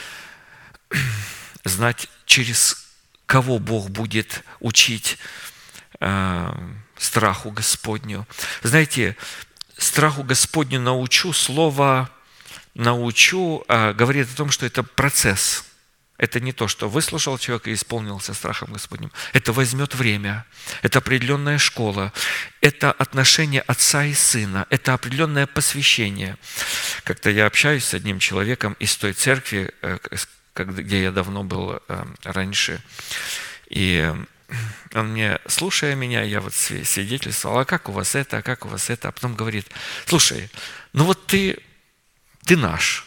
знать, через кого Бог будет учить страху Господню. Знаете, страху Господню научу, слово «научу» говорит о том, что это процесс. Это не то, что выслушал человек и исполнился страхом Господним. Это возьмет время, это определенная школа, это отношение отца и сына, это определенное посвящение. Как-то я общаюсь с одним человеком из той церкви, где я давно был раньше, и он мне, слушая меня, я вот свидетельствовал: а как у вас это, а как у вас это? А потом говорит: слушай, ну вот ты наш.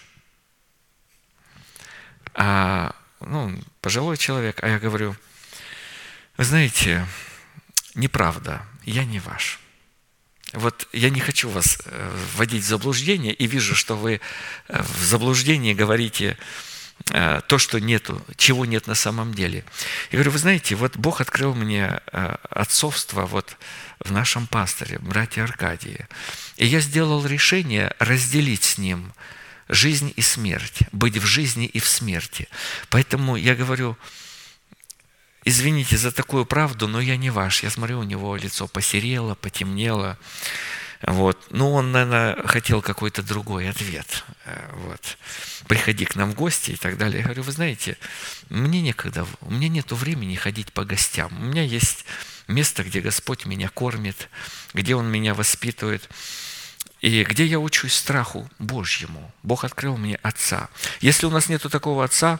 Пожилой человек, а я говорю: вы знаете, неправда, я не ваш. Вот я не хочу вас вводить в заблуждение, и вижу, что вы в заблуждении говорите то, что нету, чего нет на самом деле. Я говорю: вы знаете, вот Бог открыл мне отцовство вот в нашем пасторе, братья Аркадии, и я сделал решение разделить с ним жизнь и смерть, быть в жизни и в смерти. Поэтому я говорю: извините за такую правду, но я не ваш. Я смотрю, у него лицо посерело, потемнело. Вот. Он, наверное, хотел какой-то другой ответ. Вот. Приходи к нам в гости и так далее. Я говорю: вы знаете, мне некогда, у меня нет времени ходить по гостям. У меня есть место, где Господь меня кормит, где Он меня воспитывает, и где я учусь страху Божьему. Бог открыл мне Отца. Если у нас нету такого Отца,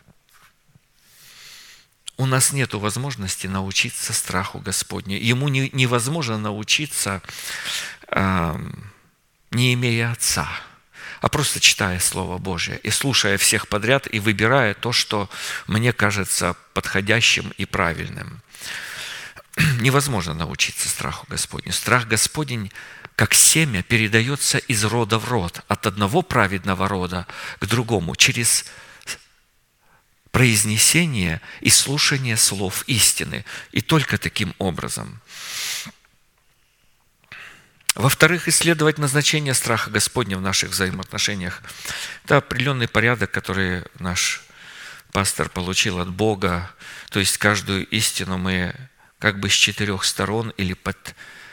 у нас нет возможности научиться страху Господню. Ему невозможно научиться, не имея Отца. а просто читая Слово Божие и слушая всех подряд и выбирая то, что мне кажется подходящим и правильным. Невозможно научиться страху Господню. Страх Господень, как семя, передается из рода в род, от одного праведного рода к другому, через произнесение и слушание слов истины. И только таким образом. Во-вторых, исследовать назначение страха Господня в наших взаимоотношениях. Это определенный порядок, который наш пастор получил от Бога. То есть каждую истину мы как бы с 4 сторон или под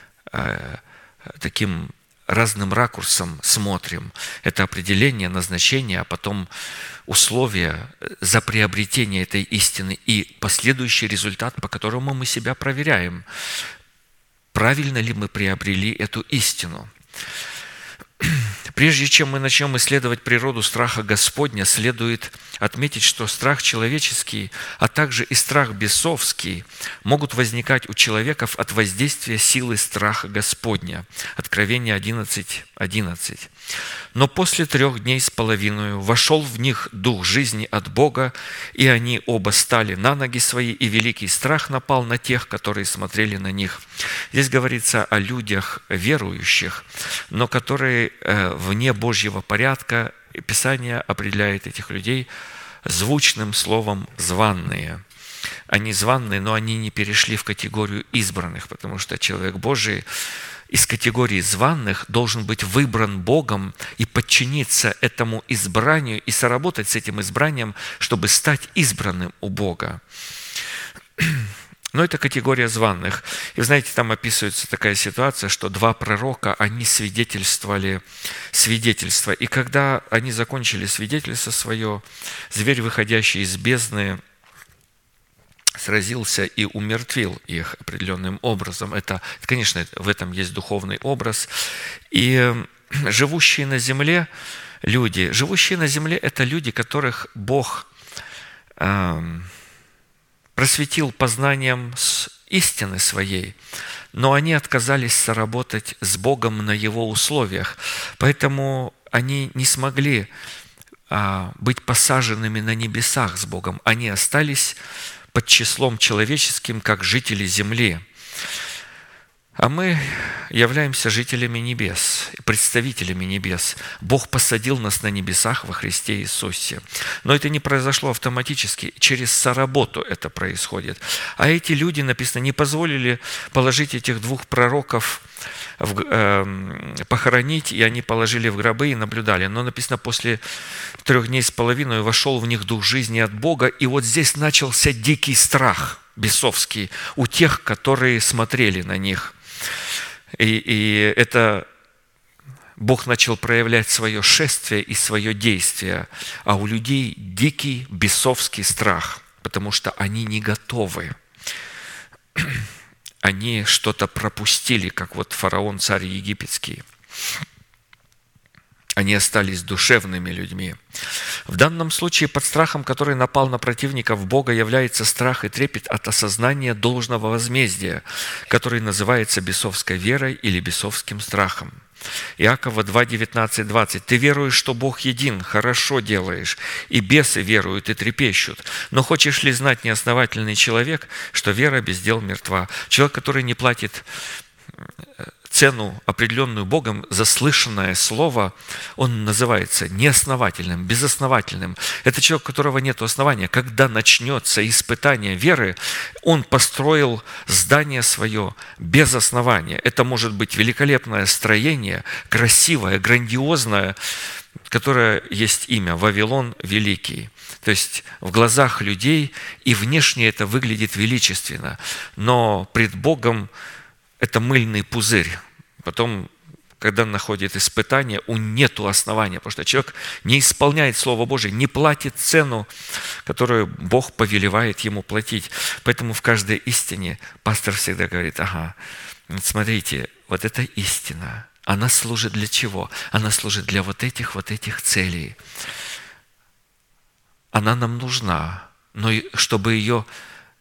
таким разным ракурсом смотрим. Это определение, назначение, а потом условия за приобретение этой истины и последующий результат, по которому мы себя проверяем. Правильно ли мы приобрели эту истину? Прежде чем мы начнем исследовать природу страха Господня, следует отметить, что страх человеческий, а также и страх бесовский могут возникать у человеков от воздействия силы страха Господня. Откровение 11:11. «Но после 3 дней с половиной вошел в них дух жизни от Бога, и они оба стали на ноги свои, и великий страх напал на тех, которые смотрели на них». Здесь говорится о людях верующих, но которые вне Божьего порядка. Писание определяет этих людей звучным словом «званные». Они званные, но они не перешли в категорию избранных, потому что человек Божий из категории званных должен быть выбран Богом и подчиниться этому избранию и соработать с этим избранием, чтобы стать избранным у Бога. Но это категория званных. И, знаете, там описывается такая ситуация, что 2 пророка, они свидетельствовали свидетельство. И когда они закончили свидетельство свое, зверь, выходящий из бездны, сразился и умертвил их определенным образом. Это, конечно, в этом есть духовный образ. И живущие на земле люди, это люди, которых Бог просветил познанием истины своей, но они отказались соработать с Богом на Его условиях. Поэтому они не смогли быть посаженными на небесах с Богом. Они остались под числом человеческим, как жители земли. А мы являемся жителями небес, представителями небес. Бог посадил нас на небесах во Христе Иисусе. Но это не произошло автоматически, через соработу это происходит. А эти люди, написано, не позволили положить этих 2 пророков, похоронить, и они положили в гробы и наблюдали. Но написано, после 3 дней с половиной вошел в них дух жизни от Бога, и вот здесь начался дикий страх бесовский у тех, которые смотрели на них. И это Бог начал проявлять свое шествие и свое действие, а у людей дикий бесовский страх, потому что они не готовы. Они что-то пропустили, как вот фараон, царь египетский. Они остались душевными людьми. В данном случае под страхом, который напал на противников Бога, является страх и трепет от осознания должного возмездия, который называется бесовской верой или бесовским страхом. Иакова 2:19-20. «Ты веруешь, что Бог един, хорошо делаешь, и бесы веруют и трепещут. Но хочешь ли знать, неосновательный человек, что вера без дел мертва?» Человек, который не платит цену, определенную Богом за слышанное слово, он называется неосновательным, безосновательным. Это человек, у которого нет основания. Когда начнется испытание веры, он построил здание свое без основания. Это может быть великолепное строение, красивое, грандиозное, которое есть имя Вавилон Великий. То есть в глазах людей и внешне это выглядит величественно, но пред Богом это мыльный пузырь. Потом, когда он находит испытание, у него нету основания, потому что человек не исполняет Слово Божие, не платит цену, которую Бог повелевает ему платить. Поэтому в каждой истине пастор всегда говорит: смотрите, вот эта истина, она служит для чего? Она служит для вот этих целей. Она нам нужна, но чтобы ее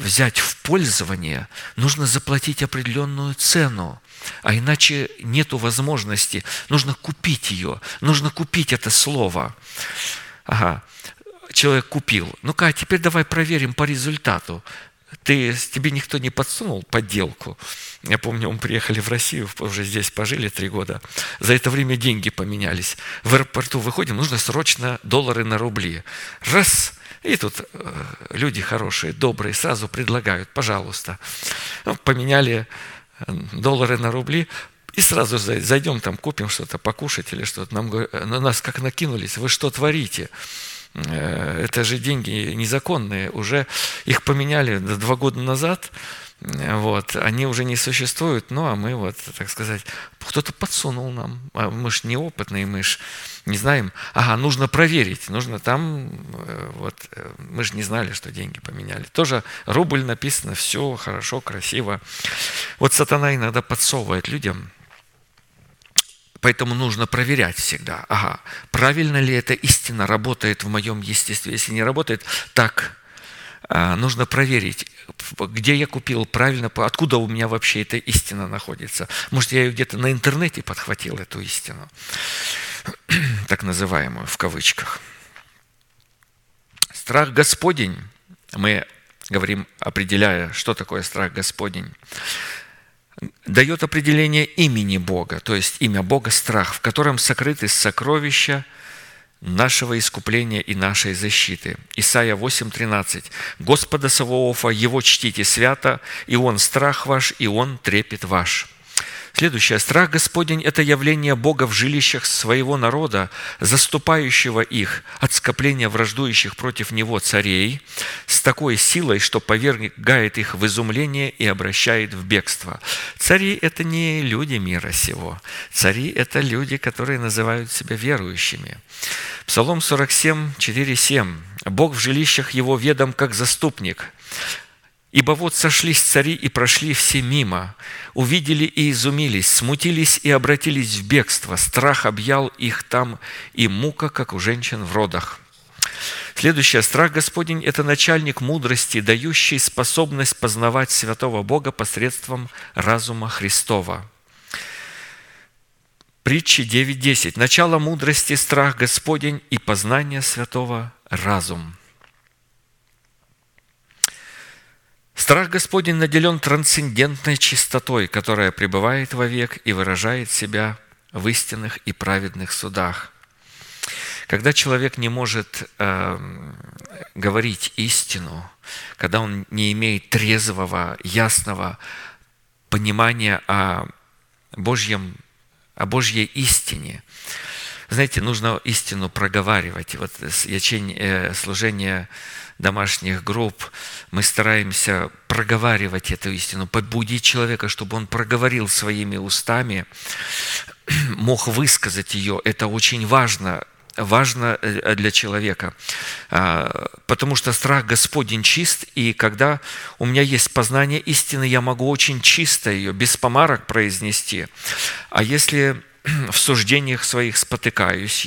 взять в пользование, нужно заплатить определенную цену, а иначе нету возможности. Нужно купить ее, нужно купить это слово. Ага, человек купил. Ну-ка, а теперь давай проверим по результату. Тебе никто не подсунул подделку. Я помню, мы приехали в Россию, уже здесь пожили 3 года. За это время деньги поменялись. В аэропорту выходим, нужно срочно доллары на рубли. Раз! И тут люди хорошие, добрые, сразу предлагают, пожалуйста. Поменяли доллары на рубли, и сразу зайдем там, купим что-то, покушать или что-то. На нас как накинулись, вы что творите? Это же деньги незаконные, уже их поменяли 2 года назад, вот, они уже не существуют, ну, а мы вот, так сказать, кто-то подсунул нам, а мы ж неопытные, мы ж не знаем, нужно проверить, нужно там, вот, мы же не знали, что деньги поменяли. Тоже рубль написано, все хорошо, красиво. Вот сатана иногда подсовывает людям. Поэтому нужно проверять всегда. Правильно ли эта истина работает в моем естестве? Если не работает, так, нужно проверить, где я купил правильно, откуда у меня вообще эта истина находится. Может, я ее где-то на интернете подхватил, эту истину, так называемую, в кавычках. Страх Господень, мы говорим, определяя, что такое страх Господень, дает определение имени Бога, то есть имя Бога – страх, в котором сокрыты сокровища нашего искупления и нашей защиты. Исайя 8:13. «Господа Саваофа, Его чтите свято, и Он страх ваш, и Он трепет ваш». Следующее. Страх Господень – это явление Бога в жилищах своего народа, заступающего их от скопления враждующих против Него царей с такой силой, что повергает их в изумление и обращает в бегство. Цари – это не люди мира сего. Цари – это люди, которые называют себя верующими. Псалом 47, 4-7. «Бог в жилищах Его ведом, как заступник. Ибо вот сошлись цари и прошли все мимо, увидели и изумились, смутились и обратились в бегство, страх объял их там, и мука, как у женщин в родах». Следующее. Страх Господень – это начальник мудрости, дающий способность познавать святого Бога посредством разума Христова. Притчи 9:10. Начало мудрости – страх Господень, и познание святого – разум. Страх Господень наделен трансцендентной чистотой, которая пребывает вовек и выражает себя в истинных и праведных судах. Когда человек не может говорить истину, когда он не имеет трезвого, ясного понимания о Божьей истине, знаете, нужно истину проговаривать. Вот служение домашних групп, мы стараемся проговаривать эту истину, побудить человека, чтобы он проговорил своими устами, мог высказать ее. Это очень важно для человека, потому что страх Господень чист, и когда у меня есть познание истины, я могу очень чисто ее, без помарок произнести. А если в суждениях своих спотыкаюсь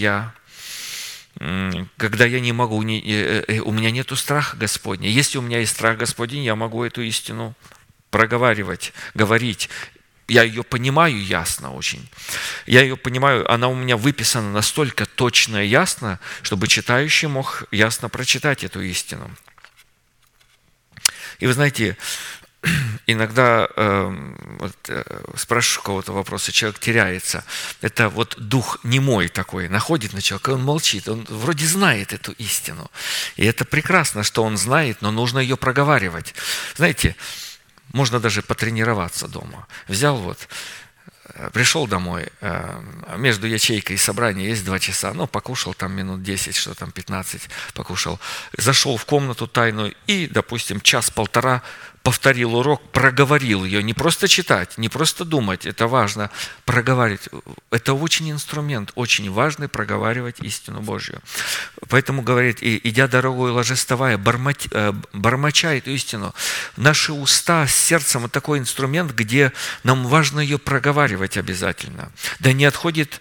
когда я не могу, у меня нету страха Господня. Если у меня есть страх Господень, я могу эту истину проговаривать, говорить. Я ее понимаю ясно очень. Я ее понимаю, она у меня выписана настолько точно и ясно, чтобы читающий мог ясно прочитать эту истину. И вы знаете, иногда спрашиваю кого-то вопроса, человек теряется. Это вот дух немой такой находит на человека, он молчит, он вроде знает эту истину. И это прекрасно, что он знает, но нужно ее проговаривать. Знаете, можно даже потренироваться дома. Пришел домой, между ячейкой и собранием есть 2 часа, покушал там минут 10, что там 15 покушал. Зашел в комнату тайную и, допустим, 1-1.5 повторил урок, проговорил ее. Не просто читать, не просто думать, это важно, проговаривать. Это очень инструмент, очень важный проговаривать истину Божью. Поэтому говорит, идя дорогою ложествовая, бормоча эту истину. Наши уста с сердцем – это такой инструмент, где нам важно ее проговаривать обязательно. Да не отходит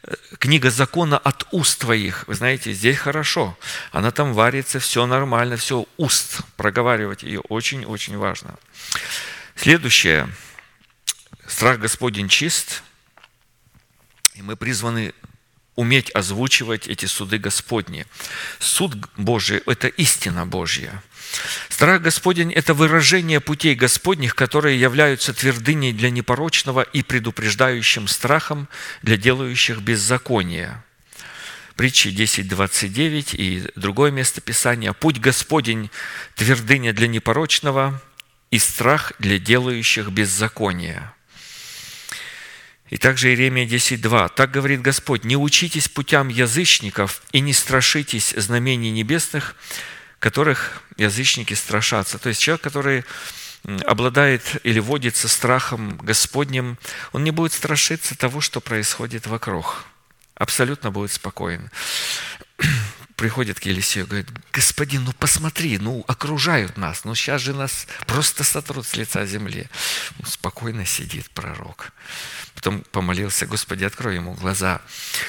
книга закона от уст твоих. Вы знаете, здесь хорошо. Она там варится, все нормально, все уст. Проговаривать ее очень-очень важно. Следующее. Страх Господень чист, и мы призваны уметь озвучивать эти суды Господни. Суд Божий – это истина Божья. Страх Господень – это выражение путей Господних, которые являются твердыней для непорочного и предупреждающим страхом для делающих беззаконие. Притчи 10:29 и другое место Писания. «Путь Господень – твердыня для непорочного и страх для делающих беззаконие». И также Иеремия 10:2. «Так говорит Господь, не учитесь путям язычников и не страшитесь знамений небесных, которых язычники страшатся». То есть человек, который обладает или водится страхом Господним, он не будет страшиться того, что происходит вокруг. Абсолютно будет спокоен. Приходит к Елисею и говорит: «Господин, ну посмотри, ну окружают нас, ну сейчас же нас просто сотрут с лица земли». Спокойно сидит пророк. Потом помолился: «Господи, открой ему глаза».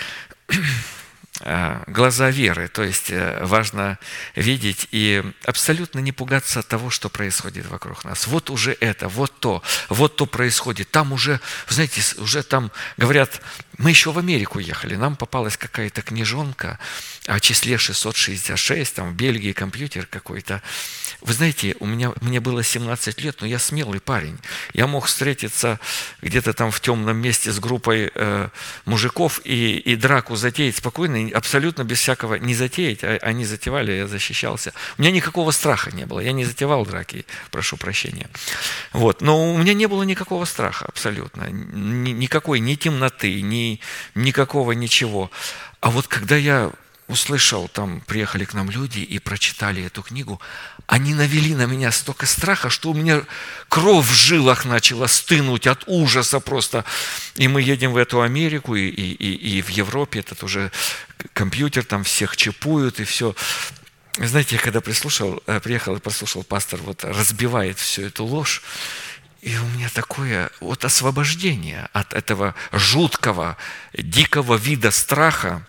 Глаза веры, то есть важно видеть и абсолютно не пугаться от того, что происходит вокруг нас. Вот уже это, вот то происходит. Там уже, знаете, уже там говорят, мы еще в Америку ехали, нам попалась какая-то книжонка о числе 666, там в Бельгии компьютер какой-то. Вы знаете, мне было 17 лет, но я смелый парень. Я мог встретиться где-то там в темном месте с группой мужиков и драку затеять спокойно, абсолютно без всякого не затеять, они затевали, я защищался. У меня никакого страха не было, я не затевал драки, прошу прощения. Вот. Но у меня не было никакого страха абсолютно, никакой ни темноты, никакого ничего. А вот когда я услышал, там приехали к нам люди и прочитали эту книгу, они навели на меня столько страха, что у меня кровь в жилах начала стынуть от ужаса просто. И мы едем в эту Америку, и в Европе этот уже компьютер, там всех чипуют, и все. Знаете, я когда приехал и послушал, пастор вот разбивает всю эту ложь, и у меня такое вот освобождение от этого жуткого, дикого вида страха.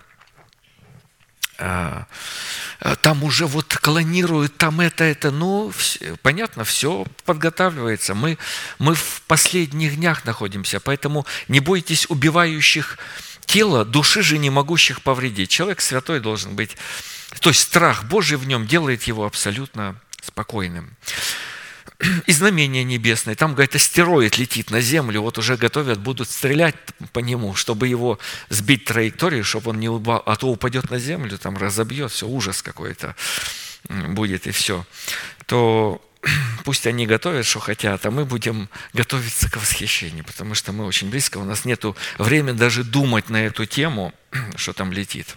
Там уже вот клонируют, там это, ну, понятно, все подготавливается. Мы в последних днях находимся, поэтому не бойтесь убивающих тело, души же не могущих повредить. Человек святой должен быть, то есть страх Божий в нем делает его абсолютно спокойным. И знамение небесное. Там, говорит, астероид летит на землю, вот уже готовят, будут стрелять по нему, чтобы его сбить траекторию, чтобы он не упал, а то упадет на землю, там разобьет, все, ужас какой-то будет и все. То пусть они готовят, что хотят, а мы будем готовиться к восхищению, потому что мы очень близко, у нас нет времени даже думать на эту тему, что там летит.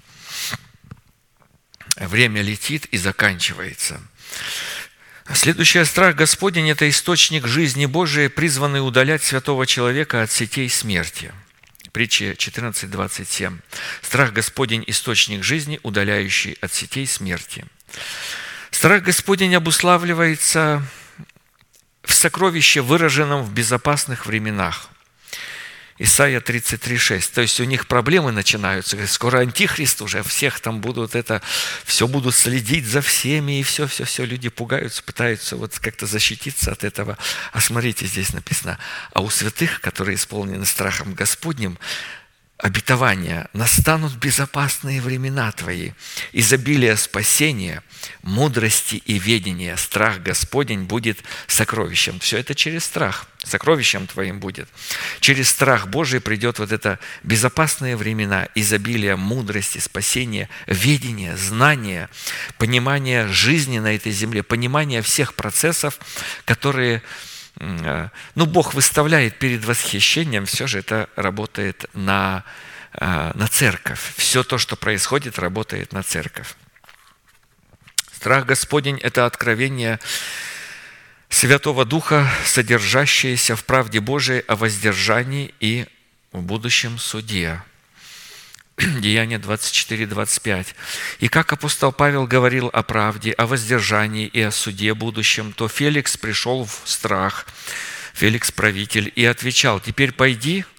Время летит и заканчивается. Следующий страх Господень – это источник жизни Божией, призванный удалять святого человека от сетей смерти. Притча 14:27. Страх Господень – источник жизни, удаляющий от сетей смерти. Страх Господень обуславливается в сокровище, выраженном в безопасных временах. Исайя 33:6. То есть у них проблемы начинаются. Скоро антихрист уже, всех там будут все будут следить за всеми, и все. Люди пугаются, пытаются вот как-то защититься от этого. А смотрите, здесь написано: а у святых, которые исполнены страхом Господним, обетование: настанут безопасные времена твои, изобилие спасения, мудрости и ведения. Страх Господень будет сокровищем. Все это через страх. Сокровищем твоим будет. Через страх Божий придет вот это безопасные времена, изобилие мудрости, спасения, ведения, знания, понимание жизни на этой земле, понимание всех процессов, которые Бог выставляет перед восхищением, все же это работает на церковь. Все то, что происходит, работает на церковь. Страх Господень – это откровение Святого Духа, содержащееся в правде Божией о воздержании и в будущем суде. Деяния 24:25. «И как апостол Павел говорил о правде, о воздержании и о суде будущем, то Феликс пришел в страх, Феликс правитель, и отвечал: теперь пойди,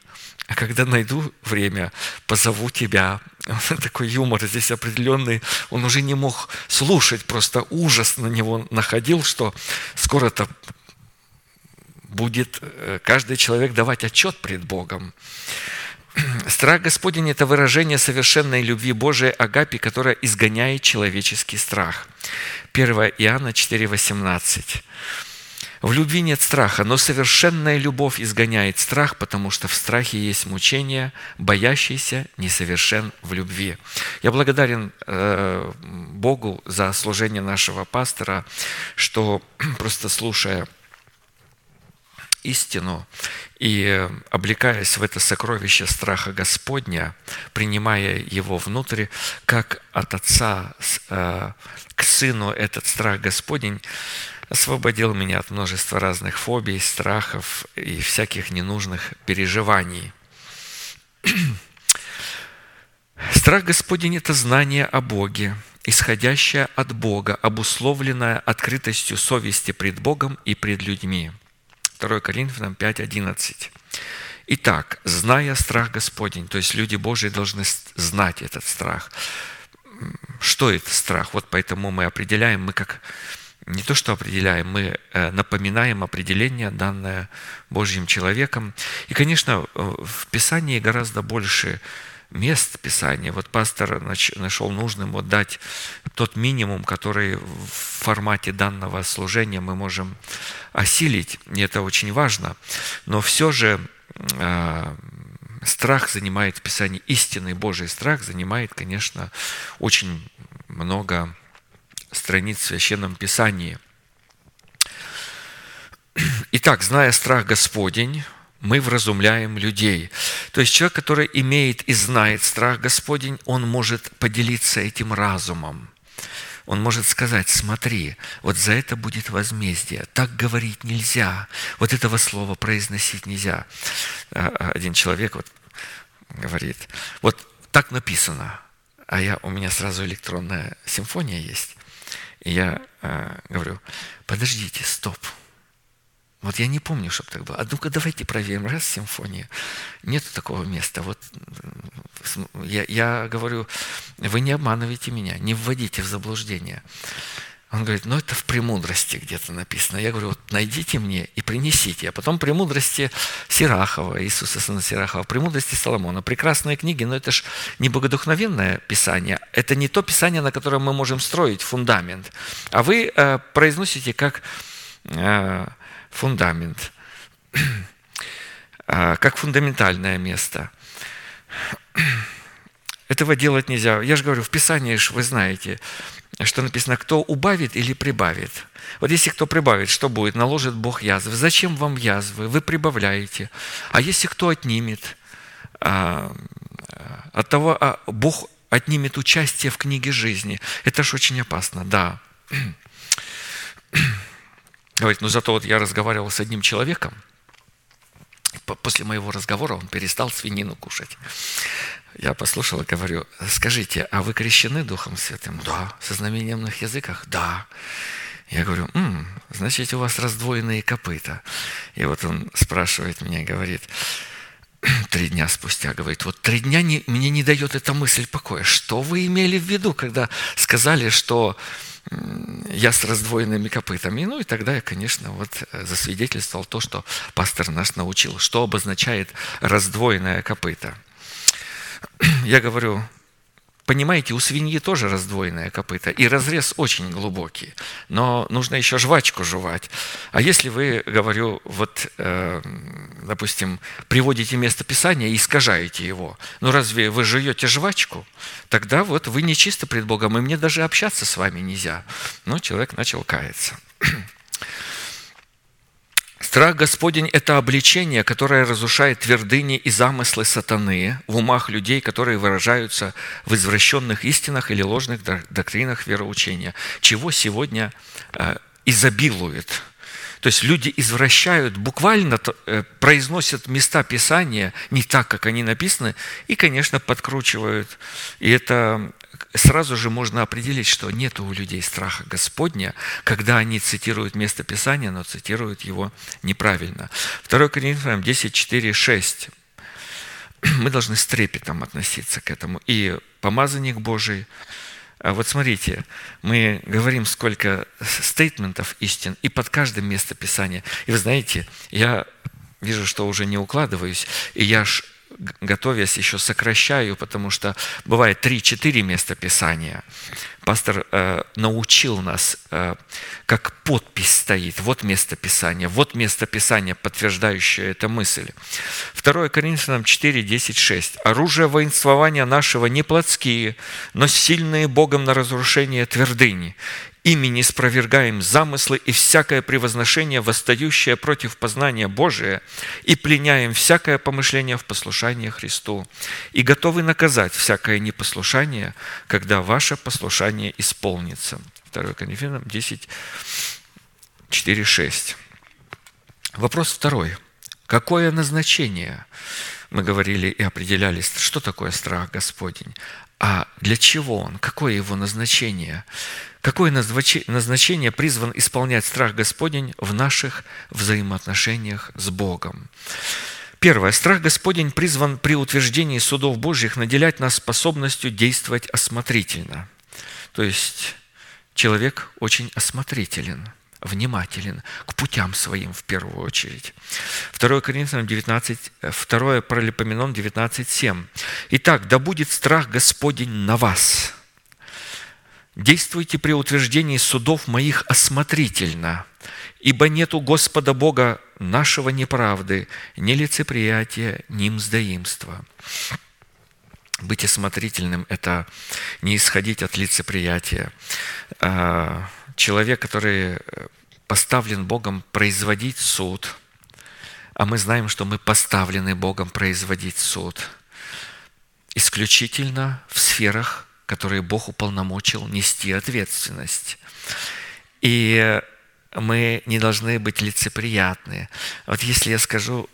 А когда найду время, позову тебя. Такой юмор здесь определенный. Он уже не мог слушать, просто ужас на него находил, что скоро-то будет каждый человек давать отчет пред Богом. Страх Господень – это выражение совершенной любви Божией агапи, которая изгоняет человеческий страх. 1 Иоанна 4,18. В любви нет страха, но совершенная любовь изгоняет страх, потому что в страхе есть мучение, боящийся несовершен в любви. Я благодарен Богу за служение нашего пастора, что просто слушая истину и облекаясь в это сокровище страха Господня, принимая его внутрь, как от Отца к Сыну этот страх Господень освободил меня от множества разных фобий, страхов и всяких ненужных переживаний. Страх Господень – это знание о Боге, исходящее от Бога, обусловленное открытостью совести пред Богом и пред людьми. 2 Коринфянам 5:11. Итак, зная страх Господень, то есть люди Божии должны знать этот страх. Что это страх? Вот поэтому мы определяем, мы как не то что определяем, мы напоминаем определение, данное Божьим человеком. И, конечно, в Писании гораздо больше мест Писания. Вот пастор нашел нужным вот дать тот минимум, который в формате данного служения мы можем осилить, и это очень важно. Но все же страх занимает в Писании, истинный Божий страх занимает, конечно, очень много страниц в Священном Писании. Итак, зная страх Господень, мы вразумляем людей. То есть человек, который имеет и знает страх Господень, он может поделиться этим разумом. Он может сказать: смотри, вот за это будет возмездие. Так говорить нельзя. Вот этого слова произносить нельзя. Один человек вот говорит: вот так написано. А у меня сразу электронная симфония есть. И я говорю: подождите, стоп. Вот я не помню, чтобы так было. А ну-ка давайте проверим. Раз, симфония. Нету такого места. Вот я говорю: вы не обманывайте меня, не вводите в заблуждение. Он говорит: ну это в «Премудрости» где-то написано. Я говорю: вот найдите мне и принесите. А потом «Премудрости» Сирахова, Иисуса сына Сирахова, «Премудрости» Соломона. Прекрасные книги, но это же не богодухновенное Писание. Это не то Писание, на котором мы можем строить фундамент. А вы произносите как фундамент, как фундаментальное место. Этого делать нельзя. Я же говорю, в Писании, вы знаете, что написано: кто убавит или прибавит. Вот если кто прибавит, что будет? Наложит Бог язвы. Зачем вам язвы? Вы прибавляете. А если кто отнимет, от того Бог отнимет участие в книге жизни. Это ж очень опасно, да. Говорит: ну зато вот я разговаривал с одним человеком, после моего разговора он перестал свинину кушать. Я послушал и говорю: скажите, а вы крещены Духом Святым? Да. Со знамением на языках? Да. Я говорю: значит, у вас раздвоенные копыта. И вот он спрашивает меня, говорит, 3 дня спустя, говорит: вот 3 дня мне не дает эта мысль покоя. Что вы имели в виду, когда сказали, что я с раздвоенными копытами? Ну и тогда я, конечно, вот засвидетельствовал то, что пастор наш научил. Что обозначает раздвоенное копыто? Я говорю: понимаете, у свиньи тоже раздвоенное копыто, и разрез очень глубокий, но нужно еще жвачку жевать. А если вы, говорю, вот, допустим, приводите место Писания и искажаете его, ну разве вы жуете жвачку? Тогда вот вы нечисты пред Богом, и мне даже общаться с вами нельзя. Но человек начал каяться. Страх Господень – это обличение, которое разрушает твердыни и замыслы сатаны в умах людей, которые выражаются в извращенных истинах или ложных доктринах вероучения, чего сегодня изобилует. То есть люди извращают, буквально произносят места Писания не так, как они написаны, и, конечно, подкручивают. И это сразу же можно определить, что нет у людей страха Господня, когда они цитируют место Писания, но цитируют его неправильно. 2 Коринфянам 10:4-6. мы должны с трепетом относиться к этому. И помазанник Божий. Вот смотрите, мы говорим сколько стейтментов истин, и под каждым место Писания. И вы знаете, я вижу, что уже не укладываюсь, и я готовясь, еще сокращаю, потому что бывает 3-4 места Писания. Пастор научил нас, как подпись стоит. Вот место Писания, подтверждающее эту мысль. 2 Коринфянам 4, 10, 6. «Оружие воинствования нашего не плотские, но сильные Богом на разрушение твердыни. Ими не спровергаем замыслы и всякое превозношение, восстающее против познания Божия, и пленяем всякое помышление в послушание Христу, и готовы наказать всякое непослушание, когда ваше послушание исполнится». 2 Коринфянам 10, 4, 6. Вопрос второй. Какое назначение? Мы говорили и определяли, что такое страх Господень, а для чего он, какое его назначение? Какое назначение призван исполнять страх Господень в наших взаимоотношениях с Богом? Первое. Страх Господень призван при утверждении судов Божьих наделять нас способностью действовать осмотрительно. То есть человек очень осмотрителен, внимателен к путям своим в первую очередь. 2 Коринфянам 19, 2 Паралипоменон 19:7. «Итак, да будет страх Господень на вас. Действуйте при утверждении судов моих осмотрительно, ибо нет у Господа Бога нашего неправды, ни лицеприятия, ни мздоимства». Быть осмотрительным – это не исходить от лицеприятия. Человек, который поставлен Богом производить суд, а мы знаем, что мы поставлены Богом производить суд, исключительно в сферах, которые Бог уполномочил нести ответственность. И мы не должны быть лицеприятны. Вот если я скажу,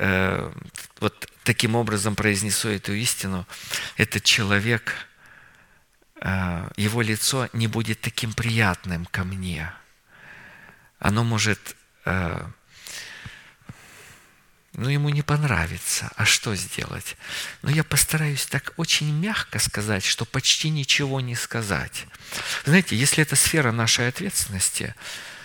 вот таким образом произнесу эту истину, этот человек, его лицо не будет таким приятным ко мне. Оно может, ему не понравится. А что сделать? Но я постараюсь так очень мягко сказать, что почти ничего не сказать. Знаете, если это сфера нашей ответственности,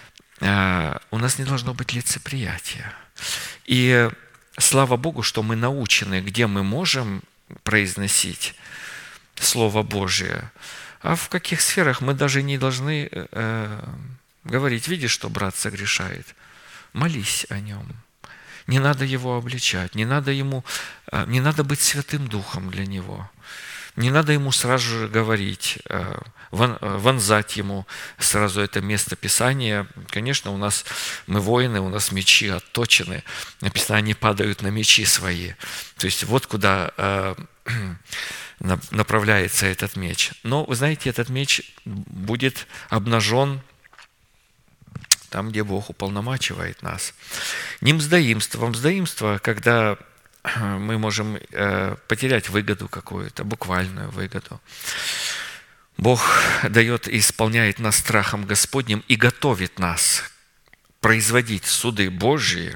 у нас не должно быть лицеприятия. И слава Богу, что мы научены, где мы можем произносить Слово Божие, а в каких сферах мы даже не должны говорить: видишь, что брат согрешает, молись о нем. Не надо его обличать, не надо быть Святым Духом для него. Не надо ему сразу же говорить, вонзать ему сразу это место Писания. Конечно, мы воины, у нас мечи отточены. Написано, они падают на мечи свои. То есть вот куда направляется этот меч. Но, вы знаете, этот меч будет обнажен там, где Бог уполномачивает нас. Не мздоимство. Мздоимство, когда мы можем потерять выгоду какую-то, буквальную выгоду. Бог дает и исполняет нас страхом Господним и готовит нас производить суды Божьи.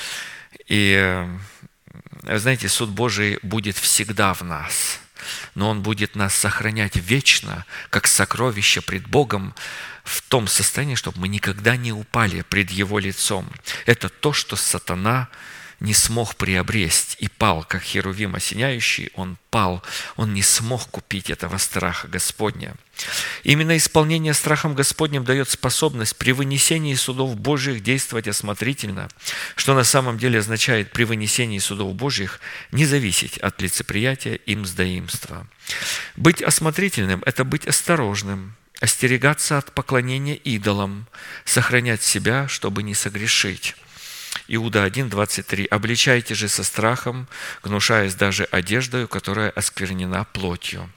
И, знаете, суд Божий будет всегда в нас, но Он будет нас сохранять вечно, как сокровище пред Богом, в том состоянии, чтобы мы никогда не упали пред Его лицом. Это то, что сатана не смог приобрести и пал, как херувим осеняющий, он пал, он не смог купить этого страха Господня. Именно исполнение страхом Господним дает способность при вынесении судов Божьих действовать осмотрительно, что на самом деле означает при вынесении судов Божьих не зависеть от лицеприятия и мздоимства. Быть осмотрительным – это быть осторожным, остерегаться от поклонения идолам, сохранять себя, чтобы не согрешить. Иуда 1:23. «Обличайте же со страхом, гнушаясь даже одеждою, которая осквернена плотью».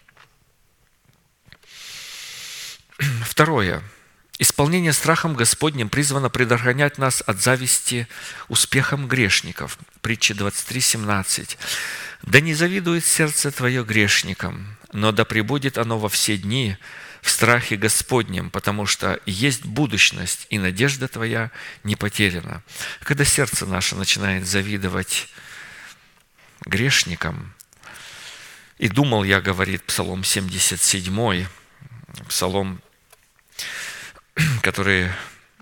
Второе. Исполнение страхом Господним призвано предохранять нас от зависти успехом грешников. Притча 23:17. «Да не завидует сердце твое грешникам, но да пребудет оно во все дни в страхе Господнем, потому что есть будущность, и надежда твоя не потеряна». Когда сердце наше начинает завидовать грешникам, И думал я, говорит Псалом 77, псалом, который,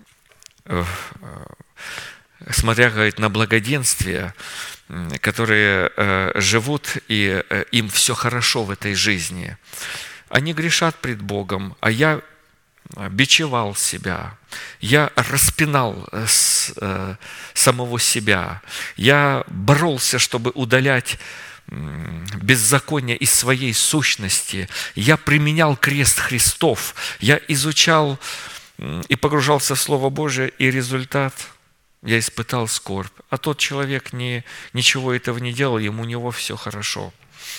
смотря, говорит, на благоденствие, которые живут, и им все хорошо в этой жизни. Они грешат пред Богом, а я бичевал себя, я распинал самого себя, я боролся, чтобы удалять беззаконие из своей сущности, я применял крест Христов, я изучал и погружался в Слово Божие, и результат – я испытал скорбь. А тот человек ничего этого не делал, у него все хорошо.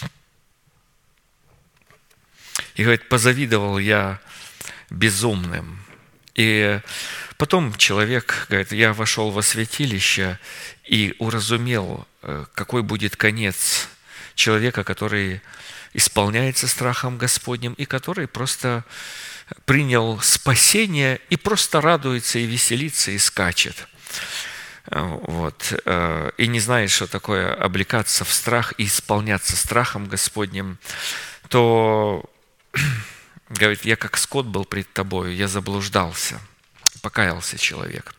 И говорит, позавидовал я безумным. И потом человек, говорит, я вошел во святилище и уразумел, какой будет конец человека, который исполняется страхом Господним и который просто принял спасение и просто радуется и веселится и скачет. Вот. И не знает, что такое облекаться в страх и исполняться страхом Господним, то, говорит, я как скот был пред тобою, я заблуждался, покаялся человек.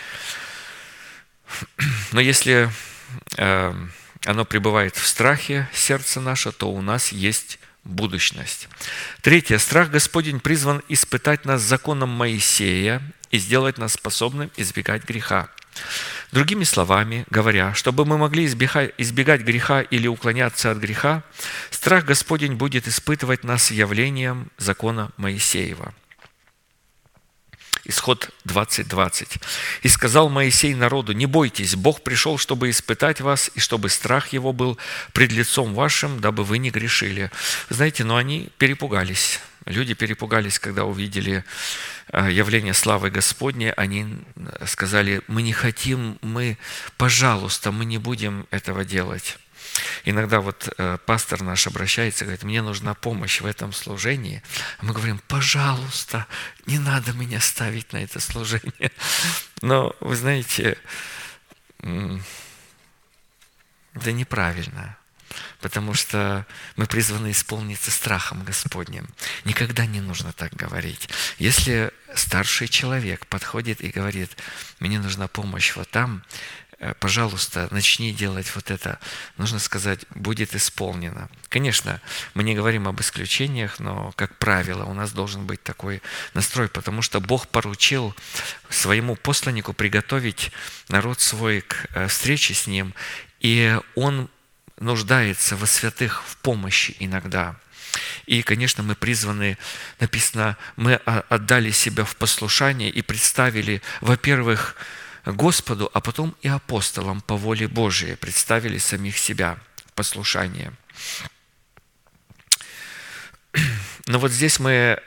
Но если оно пребывает в страхе, сердце наше, то у нас есть будущность. Третье. Страх Господень призван испытать нас законом Моисея и сделать нас способным избегать греха. Другими словами говоря, чтобы мы могли избегать греха или уклоняться от греха, страх Господень будет испытывать нас явлением закона Моисеева. Исход 20:20. «И сказал Моисей народу: не бойтесь, Бог пришел, чтобы испытать вас, и чтобы страх Его был пред лицом вашим, дабы вы не грешили». Знаете, но они перепугались. Люди перепугались, когда увидели явление славы Господней. Они сказали: мы не хотим, пожалуйста, мы не будем этого делать. Иногда вот пастор наш обращается, говорит: мне нужна помощь в этом служении. А мы говорим: пожалуйста, не надо меня ставить на это служение. Но вы знаете, это неправильно, потому что мы призваны исполниться страхом Господним. Никогда не нужно так говорить. Если старший человек подходит и говорит: мне нужна помощь вот там, пожалуйста, начни делать вот это. Нужно сказать: будет исполнено. Конечно, мы не говорим об исключениях, но, как правило, у нас должен быть такой настрой, потому что Бог поручил своему посланнику приготовить народ свой к встрече с Ним, и Он нуждается во святых в помощи иногда. И, конечно, мы призваны, написано, мы отдали себя в послушание и представили, во-первых, Господу, а потом и апостолам по воле Божией, представили самих себя в послушание. Но вот здесь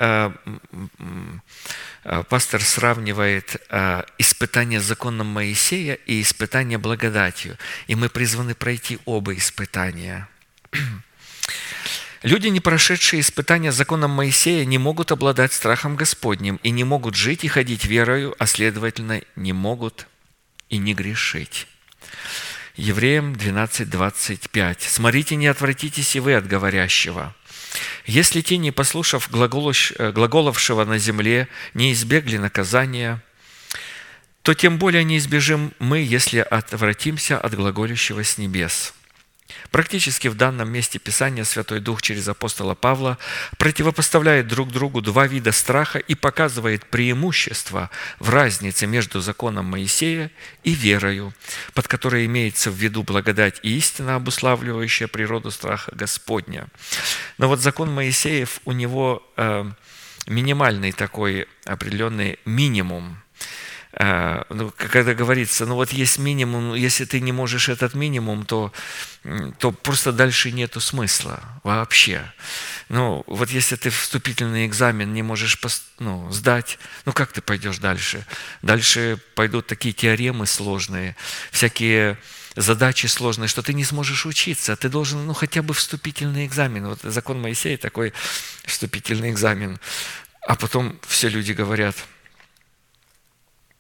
пастор сравнивает испытание законом Моисея и испытание благодатью. И мы призваны пройти оба испытания. Люди, не прошедшие испытания законом Моисея, не могут обладать страхом Господним и не могут жить и ходить верою, а следовательно, не могут и не грешить. Евреям 12:25. «Смотрите, не отвратитесь и вы от говорящего. Если те, не послушав глаголовшего на земле, не избегли наказания, то тем более не избежим мы, если отвратимся от глаголющего с небес». Практически в данном месте Писания Святой Дух через апостола Павла противопоставляет друг другу два вида страха и показывает преимущество в разнице между законом Моисея и верою, под которой имеется в виду благодать и истина, обуславливающая природу страха Господня. Но вот закон Моисеев, у него минимальный такой определенный минимум. Когда говорится, вот есть минимум, если ты не можешь этот минимум, то просто дальше нету смысла вообще. Вот если ты вступительный экзамен не можешь сдать, как ты пойдешь дальше? Дальше пойдут такие теоремы сложные, всякие задачи сложные, что ты не сможешь учиться. Ты должен хотя бы вступительный экзамен. Вот закон Моисея такой вступительный экзамен. А потом все люди говорят: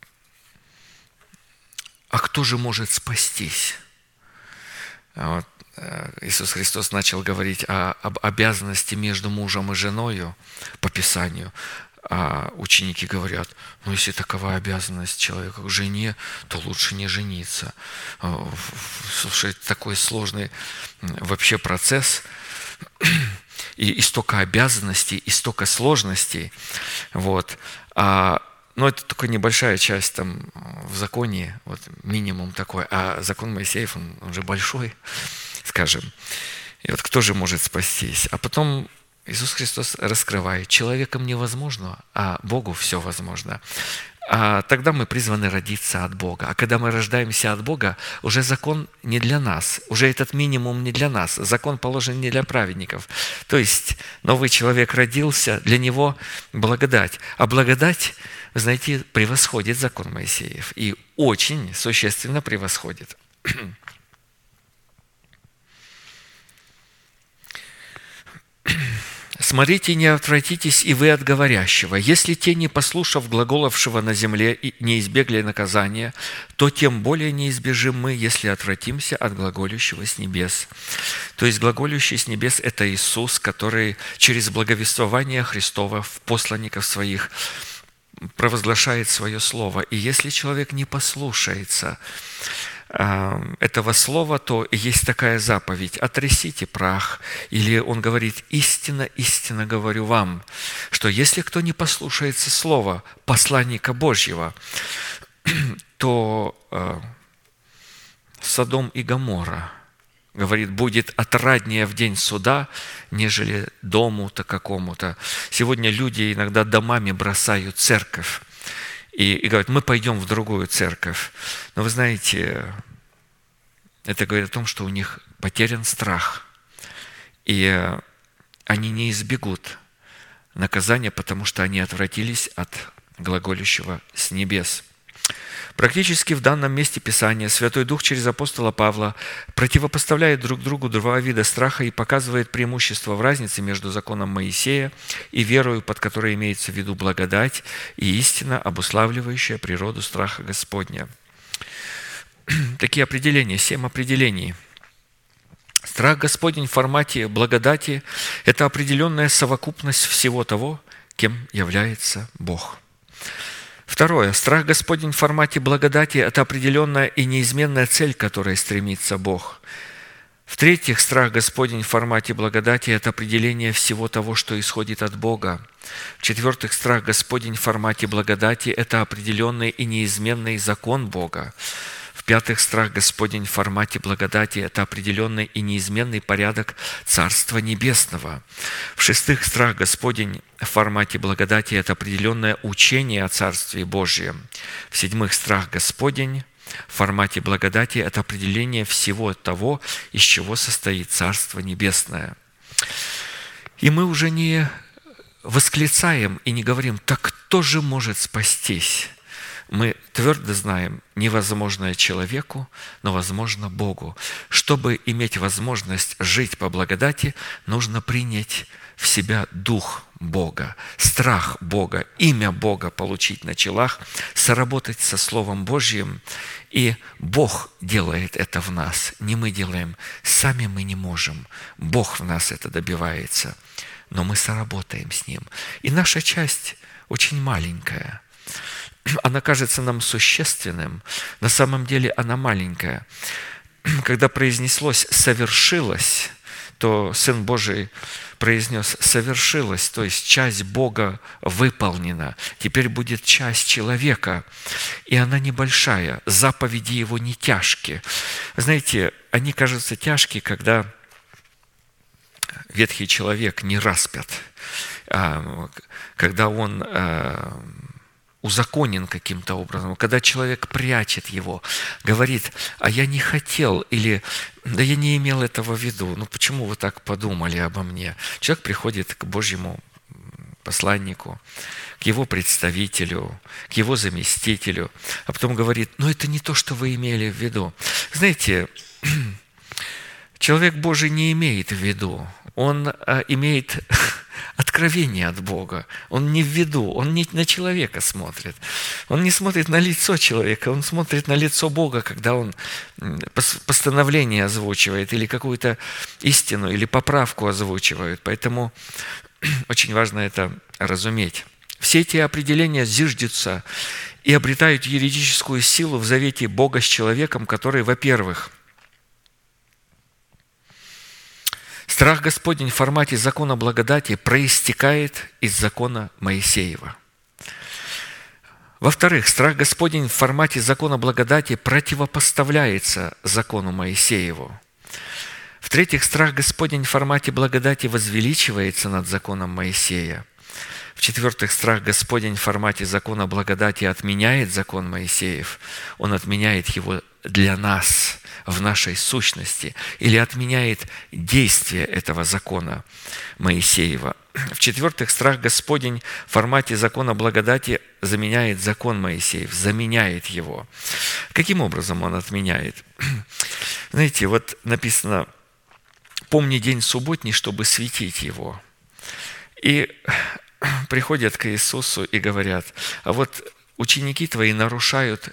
а кто же может спастись? Иисус Христос начал говорить об обязанности между мужем и женою по Писанию, а ученики говорят, ну если такова обязанность человека к жене, то лучше не жениться. Слушай, такой сложный вообще процесс, и столько обязанностей, и столько сложностей. Вот. Но это только небольшая часть там в законе, вот минимум такой. А закон Моисеев, он уже большой, скажем. И вот кто же может спастись? А потом Иисус Христос раскрывает, человеком невозможно, а Богу все возможно. А тогда мы призваны родиться от Бога. А когда мы рождаемся от Бога, уже закон не для нас, уже этот минимум не для нас. Закон положен не для праведников. То есть новый человек родился, для него благодать. А благодать, вы знаете, превосходит закон Моисеев. И очень существенно превосходит. «Смотрите, не отвратитесь и вы от говорящего. Если те, не послушав глаголовшего на земле, и не избегли наказания, то тем более не избежим мы, если отвратимся от глаголющего с небес». То есть глаголющий с небес – это Иисус, который через благовествование Христова в посланников своих провозглашает свое слово. И если человек не послушается этого слова, то есть такая заповедь: «Отрясите прах». Или он говорит: «Истинно, истинно говорю вам, что если кто не послушается слова посланника Божьего, то Содом и Гоморра, говорит, будет отраднее в день суда, нежели дому-то какому-то». Сегодня люди иногда домами бросают церковь. И говорят, мы пойдем в другую церковь. Но вы знаете, это говорит о том, что у них потерян страх. И они не избегут наказания, потому что они отвратились от глаголющего с небес. Практически в данном месте Писания Святой Дух через апостола Павла противопоставляет друг другу два вида страха и показывает преимущество в разнице между законом Моисея и верою, под которой имеется в виду благодать и истина, обуславливающая природу страха Господня. Такие определения, 7 определений. Страх Господень в формате благодати – это определенная совокупность всего того, кем является Бог. Второе. Страх Господень в формате благодати – это определенная и неизменная цель, к которой стремится Бог. В-третьих, страх Господень в формате благодати – это определение всего того, что исходит от Бога. В-четвертых, страх Господень в формате благодати – это определенный и неизменный закон Бога. В-пятых, страх Господень в формате благодати – это определенный и неизменный порядок Царства Небесного. В-шестых, страх Господень в формате благодати – это определенное учение о Царстве Божьем. В-седьмых, страх Господень в формате благодати – это определение всего того, из чего состоит Царство Небесное. И мы уже не восклицаем и не говорим: «Так кто же может спастись?» Мы твердо знаем, невозможное человеку, но возможно Богу. Чтобы иметь возможность жить по благодати, нужно принять в себя Дух Бога, страх Бога, имя Бога получить на челах, соработать со Словом Божьим. И Бог делает это в нас, не мы делаем. Сами мы не можем. Бог в нас это добивается. Но мы соработаем с Ним. И наша часть очень маленькая. Она кажется нам существенным, на самом деле она маленькая. Когда произнеслось «совершилось», то Сын Божий произнес «совершилось», то есть часть Бога выполнена. Теперь будет часть человека, и она небольшая. Заповеди Его не тяжкие. Знаете, они кажутся тяжкие, когда ветхий человек не распят, когда он узаконен каким-то образом, когда человек прячет его, говорит: «А я не хотел», или «Да я не имел этого в виду, ну почему вы так подумали обо мне?» Человек приходит к Божьему посланнику, к его представителю, к его заместителю, а потом говорит: «Ну это не то, что вы имели в виду». Знаете, человек Божий не имеет в виду. Он имеет откровение от Бога. Он не в виду, он не на человека смотрит. Он не смотрит на лицо человека, он смотрит на лицо Бога, когда он постановление озвучивает или какую-то истину, или поправку озвучивает. Поэтому очень важно это разуметь. Все эти определения зиждются и обретают юридическую силу в завете Бога с человеком, который, во-первых, страх Господень в формате закона благодати проистекает из закона Моисеева. Во-вторых, страх Господень в формате закона благодати противопоставляется закону Моисееву. В-третьих, страх Господень в формате благодати возвеличивается над законом Моисея. В-четвертых, страх Господень в формате закона благодати отменяет закон Моисеев. Он отменяет его для нас, в нашей сущности, или отменяет действие этого закона Моисеева. В-четвертых, страх Господень в формате закона благодати заменяет закон Моисеев, заменяет его. Каким образом он отменяет? Знаете, вот написано: «Помни день субботний, чтобы светить его». И приходят к Иисусу и говорят: а вот ученики твои нарушают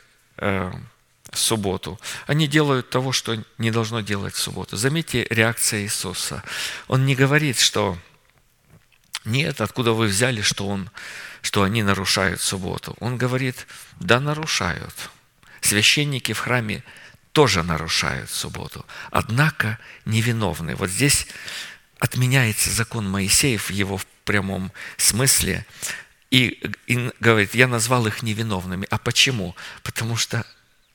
субботу. Они делают того, что не должно делать в субботу. Заметьте реакция Иисуса. Он не говорит, что нет, откуда вы взяли, что они нарушают субботу. Он говорит: да, нарушают. Священники в храме тоже нарушают субботу, однако невиновны. Вот здесь отменяется закон Моисеев в его прямом смысле, и говорит: я назвал их невиновными. А почему? Потому что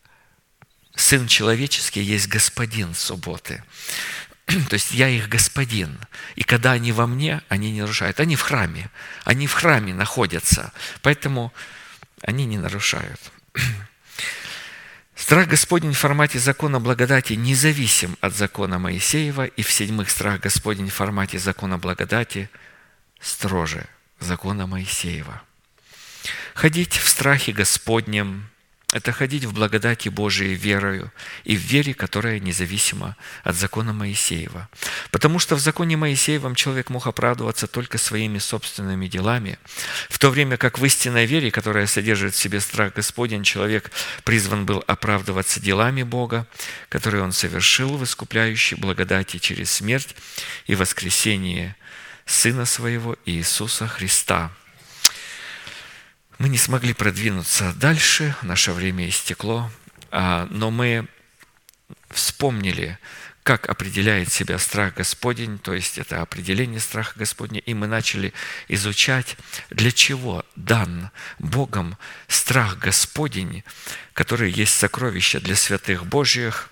Сын Человеческий есть Господин субботы. То есть я их Господин. И когда они во мне, они не нарушают. Они в храме. Они в храме находятся. Поэтому они не нарушают. Страх Господень в формате закона благодати независим от закона Моисеева. И в-седьмых, страх Господень в формате закона благодати строже закона Моисеева. Ходить в страхе Господнем – это ходить в благодати Божией верою и в вере, которая независима от закона Моисеева. Потому что в законе Моисеевом человек мог оправдываться только своими собственными делами, в то время как в истинной вере, которая содержит в себе страх Господень, человек призван был оправдываться делами Бога, которые он совершил в искупляющей благодати через смерть и воскресение Сына Своего Иисуса Христа. Мы не смогли продвинуться дальше, наше время истекло, но мы вспомнили, как определяет себя страх Господень, то есть это определение страха Господня, и мы начали изучать, для чего дан Богом страх Господень, который есть сокровище для святых Божьих.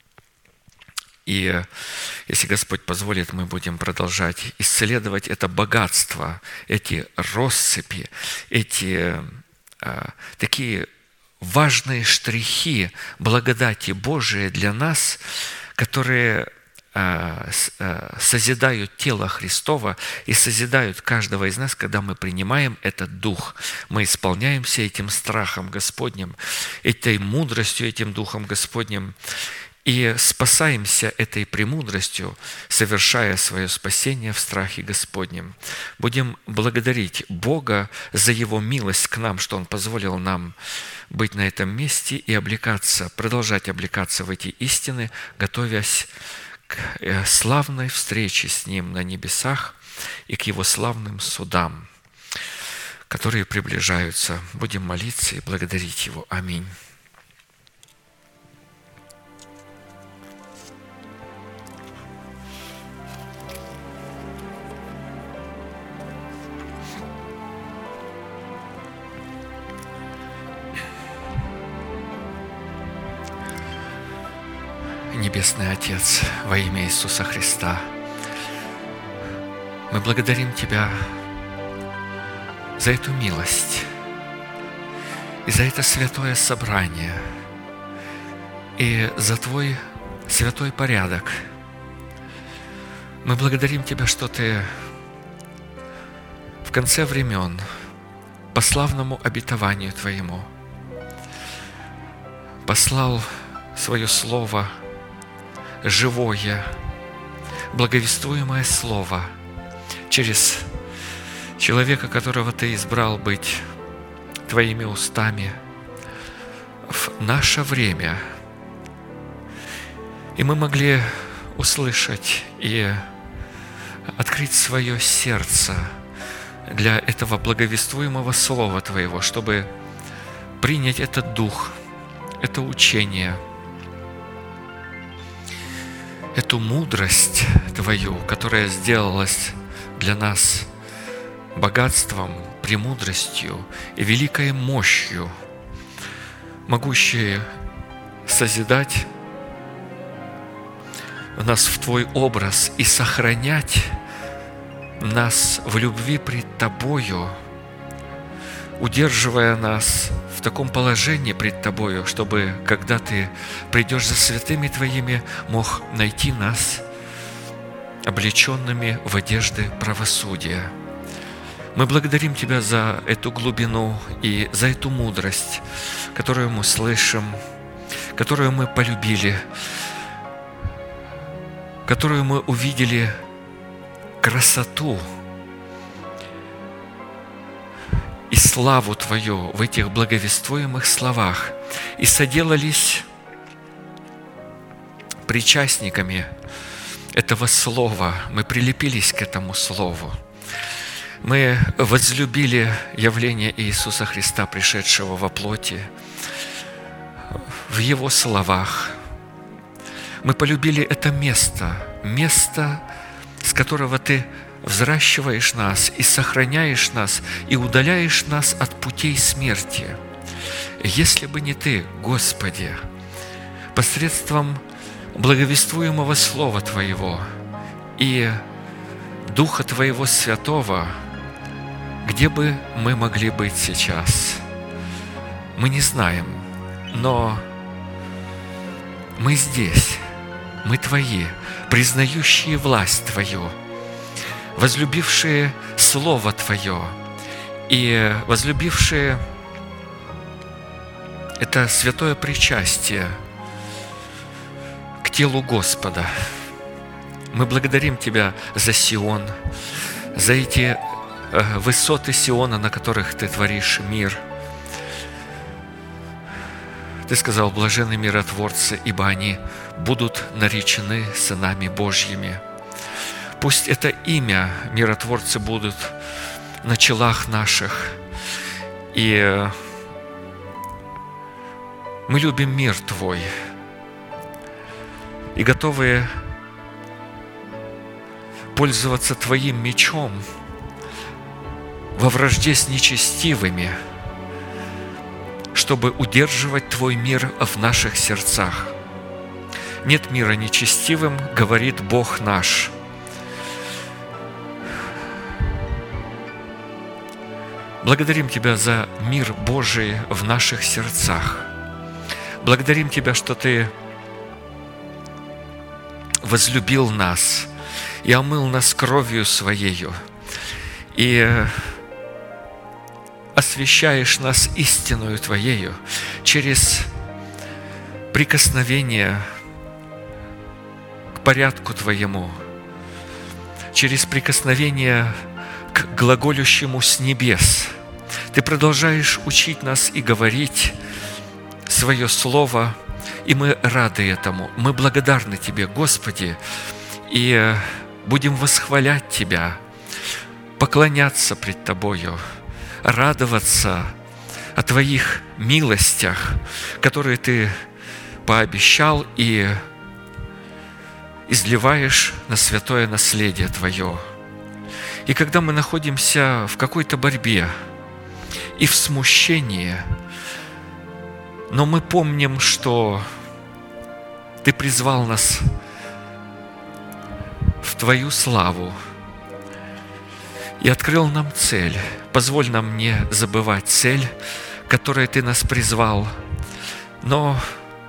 И если Господь позволит, мы будем продолжать исследовать это богатство, эти россыпи, эти такие важные штрихи благодати Божией для нас, которые созидают тело Христово и созидают каждого из нас, когда мы принимаем этот Дух. Мы исполняемся этим страхом Господним, этой мудростью, этим Духом Господним, и спасаемся этой премудростью, совершая свое спасение в страхе Господнем. Будем благодарить Бога за Его милость к нам, что Он позволил нам быть на этом месте и облекаться, продолжать облекаться в эти истины, готовясь к славной встрече с Ним на небесах и к Его славным судам, которые приближаются. Будем молиться и благодарить Его. Аминь. Небесный Отец, во имя Иисуса Христа, мы благодарим Тебя за эту милость и за это святое собрание, и за Твой святой порядок. Мы благодарим Тебя, что Ты в конце времен по славному обетованию Твоему послал Свое Слово живое, благовествуемое Слово через человека, которого Ты избрал быть Твоими устами в наше время. И мы могли услышать и открыть свое сердце для этого благовествуемого Слова Твоего, чтобы принять этот дух, это учение, эту мудрость Твою, которая сделалась для нас богатством, премудростью и великой мощью, могущей созидать нас в Твой образ и сохранять нас в любви пред Тобою, удерживая нас в таком положении пред Тобою, чтобы, когда Ты придешь за святыми Твоими, мог найти нас облеченными в одежды правосудия. Мы благодарим Тебя за эту глубину и за эту мудрость, которую мы слышим, которую мы полюбили, которую мы увидели красоту и славу Твою в этих благовествуемых словах и соделались причастниками этого Слова. Мы прилепились к этому Слову. Мы возлюбили явление Иисуса Христа, пришедшего во плоти, в Его словах. Мы полюбили это место, с которого Ты взращиваешь нас и сохраняешь нас, и удаляешь нас от путей смерти. Если бы не Ты, Господи, посредством благовествуемого Слова Твоего и Духа Твоего Святого, где бы мы могли быть сейчас? Мы не знаем, но мы здесь, мы Твои, признающие власть Твою, возлюбившие Слово Твое и возлюбившие это святое причастие к телу Господа. Мы благодарим Тебя за Сион, за эти высоты Сиона, на которых Ты творишь мир. Ты сказал: блаженны миротворцы, ибо они будут наречены сынами Божьими. Пусть это имя миротворцы будут на челах наших. И мы любим мир Твой и готовы пользоваться Твоим мечом во вражде с нечестивыми, чтобы удерживать Твой мир в наших сердцах. Нет мира нечестивым, говорит Бог наш. Благодарим Тебя за мир Божий в наших сердцах. Благодарим Тебя, что Ты возлюбил нас и омыл нас кровью Своею, и освящаешь нас истиною Твоею через прикосновение к порядку Твоему, через прикосновение к глаголющему с небес. Ты продолжаешь учить нас и говорить Свое Слово, и мы рады этому. Мы благодарны Тебе, Господи, и будем восхвалять Тебя, поклоняться пред Тобою, радоваться о Твоих милостях, которые Ты пообещал и изливаешь на святое наследие Твое. И когда мы находимся в какой-то борьбе и в смущении, но мы помним, что Ты призвал нас в Твою славу и открыл нам цель. Позволь нам не забывать цель, к которой Ты нас призвал, но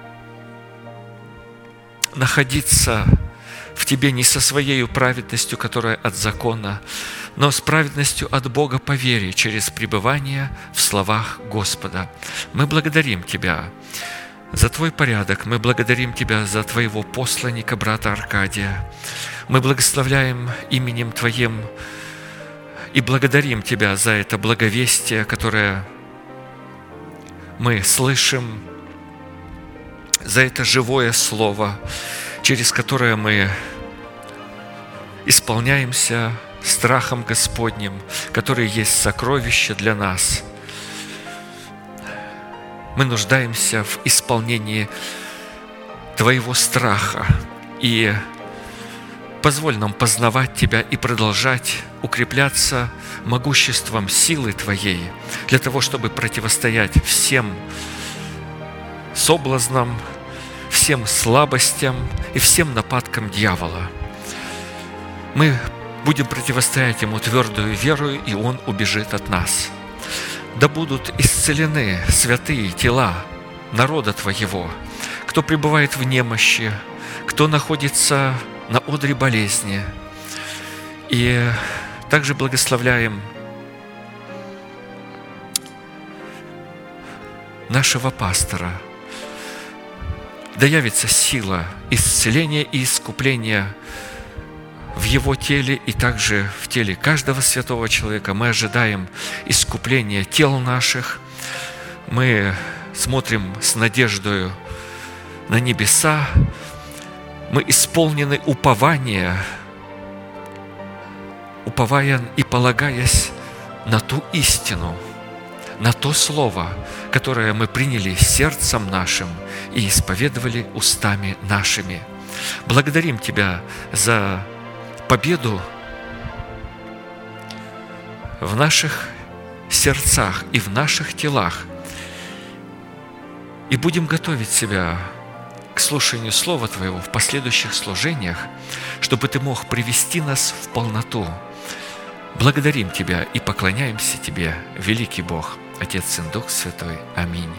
находиться в Тебе не со своей праведностью, которая от закона, но с праведностью от Бога по вере, через пребывание в словах Господа. Мы благодарим Тебя за Твой порядок. Мы благодарим Тебя за Твоего посланника, брата Аркадия. Мы благословляем именем Твоим и благодарим Тебя за это благовестие, которое мы слышим, за это живое слово, через которое мы исполняемся страхом Господним, который есть сокровище для нас. Мы нуждаемся в исполнении Твоего страха. И позволь нам познавать Тебя и продолжать укрепляться могуществом силы Твоей для того, чтобы противостоять всем соблазнам, всем слабостям и всем нападкам дьявола. Мы будем противостоять ему твердую верою, и он убежит от нас. Да будут исцелены святые тела народа Твоего, кто пребывает в немощи, кто находится на одре болезни. И также благословляем нашего пастора. Да явится сила исцеления и искупления в его теле и также в теле каждого святого человека. Мы ожидаем искупления тел наших. Мы смотрим с надеждою на небеса. Мы исполнены упования и полагаясь на ту истину, на то слово, которое мы приняли сердцем нашим и исповедовали устами нашими. Благодарим Тебя за победу в наших сердцах и в наших телах. И будем готовить себя к слушанию Слова Твоего в последующих служениях, чтобы Ты мог привести нас в полноту. Благодарим Тебя и поклоняемся Тебе, великий Бог, Отец, Сын, Дух Святой. Аминь.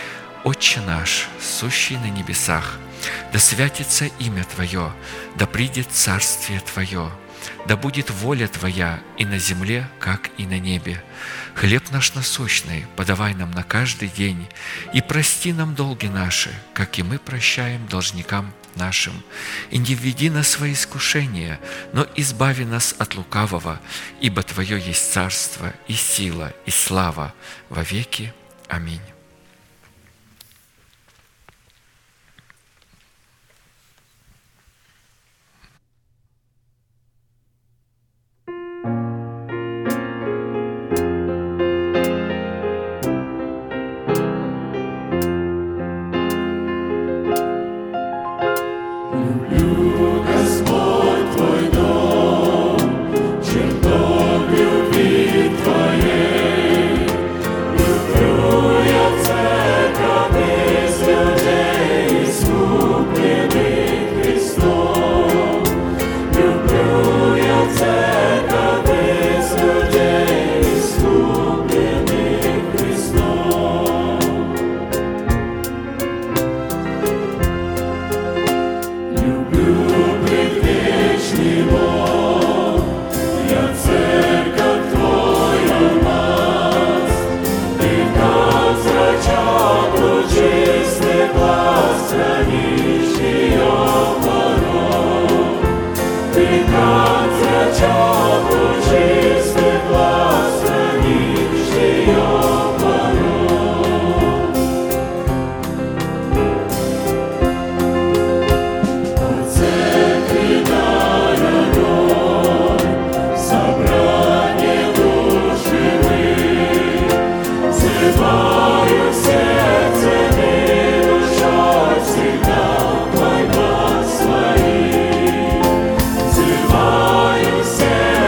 Отче наш, сущий на небесах, да святится имя Твое, да придет царствие Твое, да будет воля Твоя и на земле, как и на небе. Хлеб наш насущный подавай нам на каждый день, и прости нам долги наши, как и мы прощаем должникам нашим. И не введи нас в свои искушения, но избави нас от лукавого, ибо Твое есть царство и сила и слава во веки. Аминь. Взываю сердце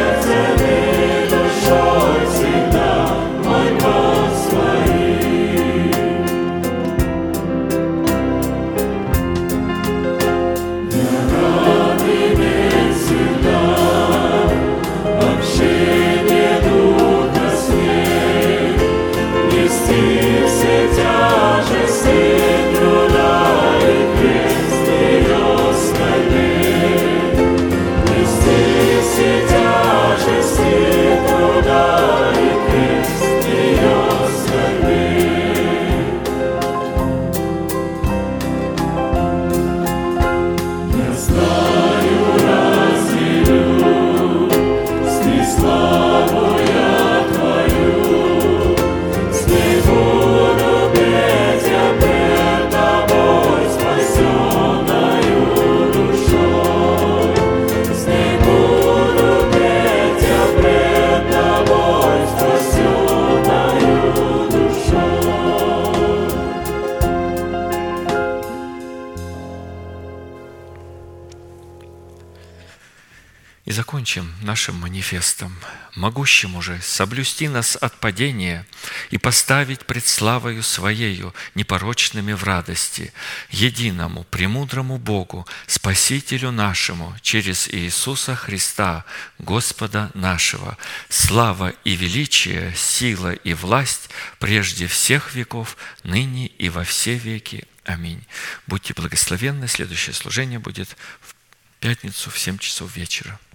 закончим нашим манифестом. «Могущему же соблюсти нас от падения и поставить пред славою Своею непорочными в радости, единому, премудрому Богу, Спасителю нашему, через Иисуса Христа, Господа нашего, слава и величие, сила и власть прежде всех веков, ныне и во все веки. Аминь». Будьте благословенны. Следующее служение будет в пятницу в 7 часов вечера.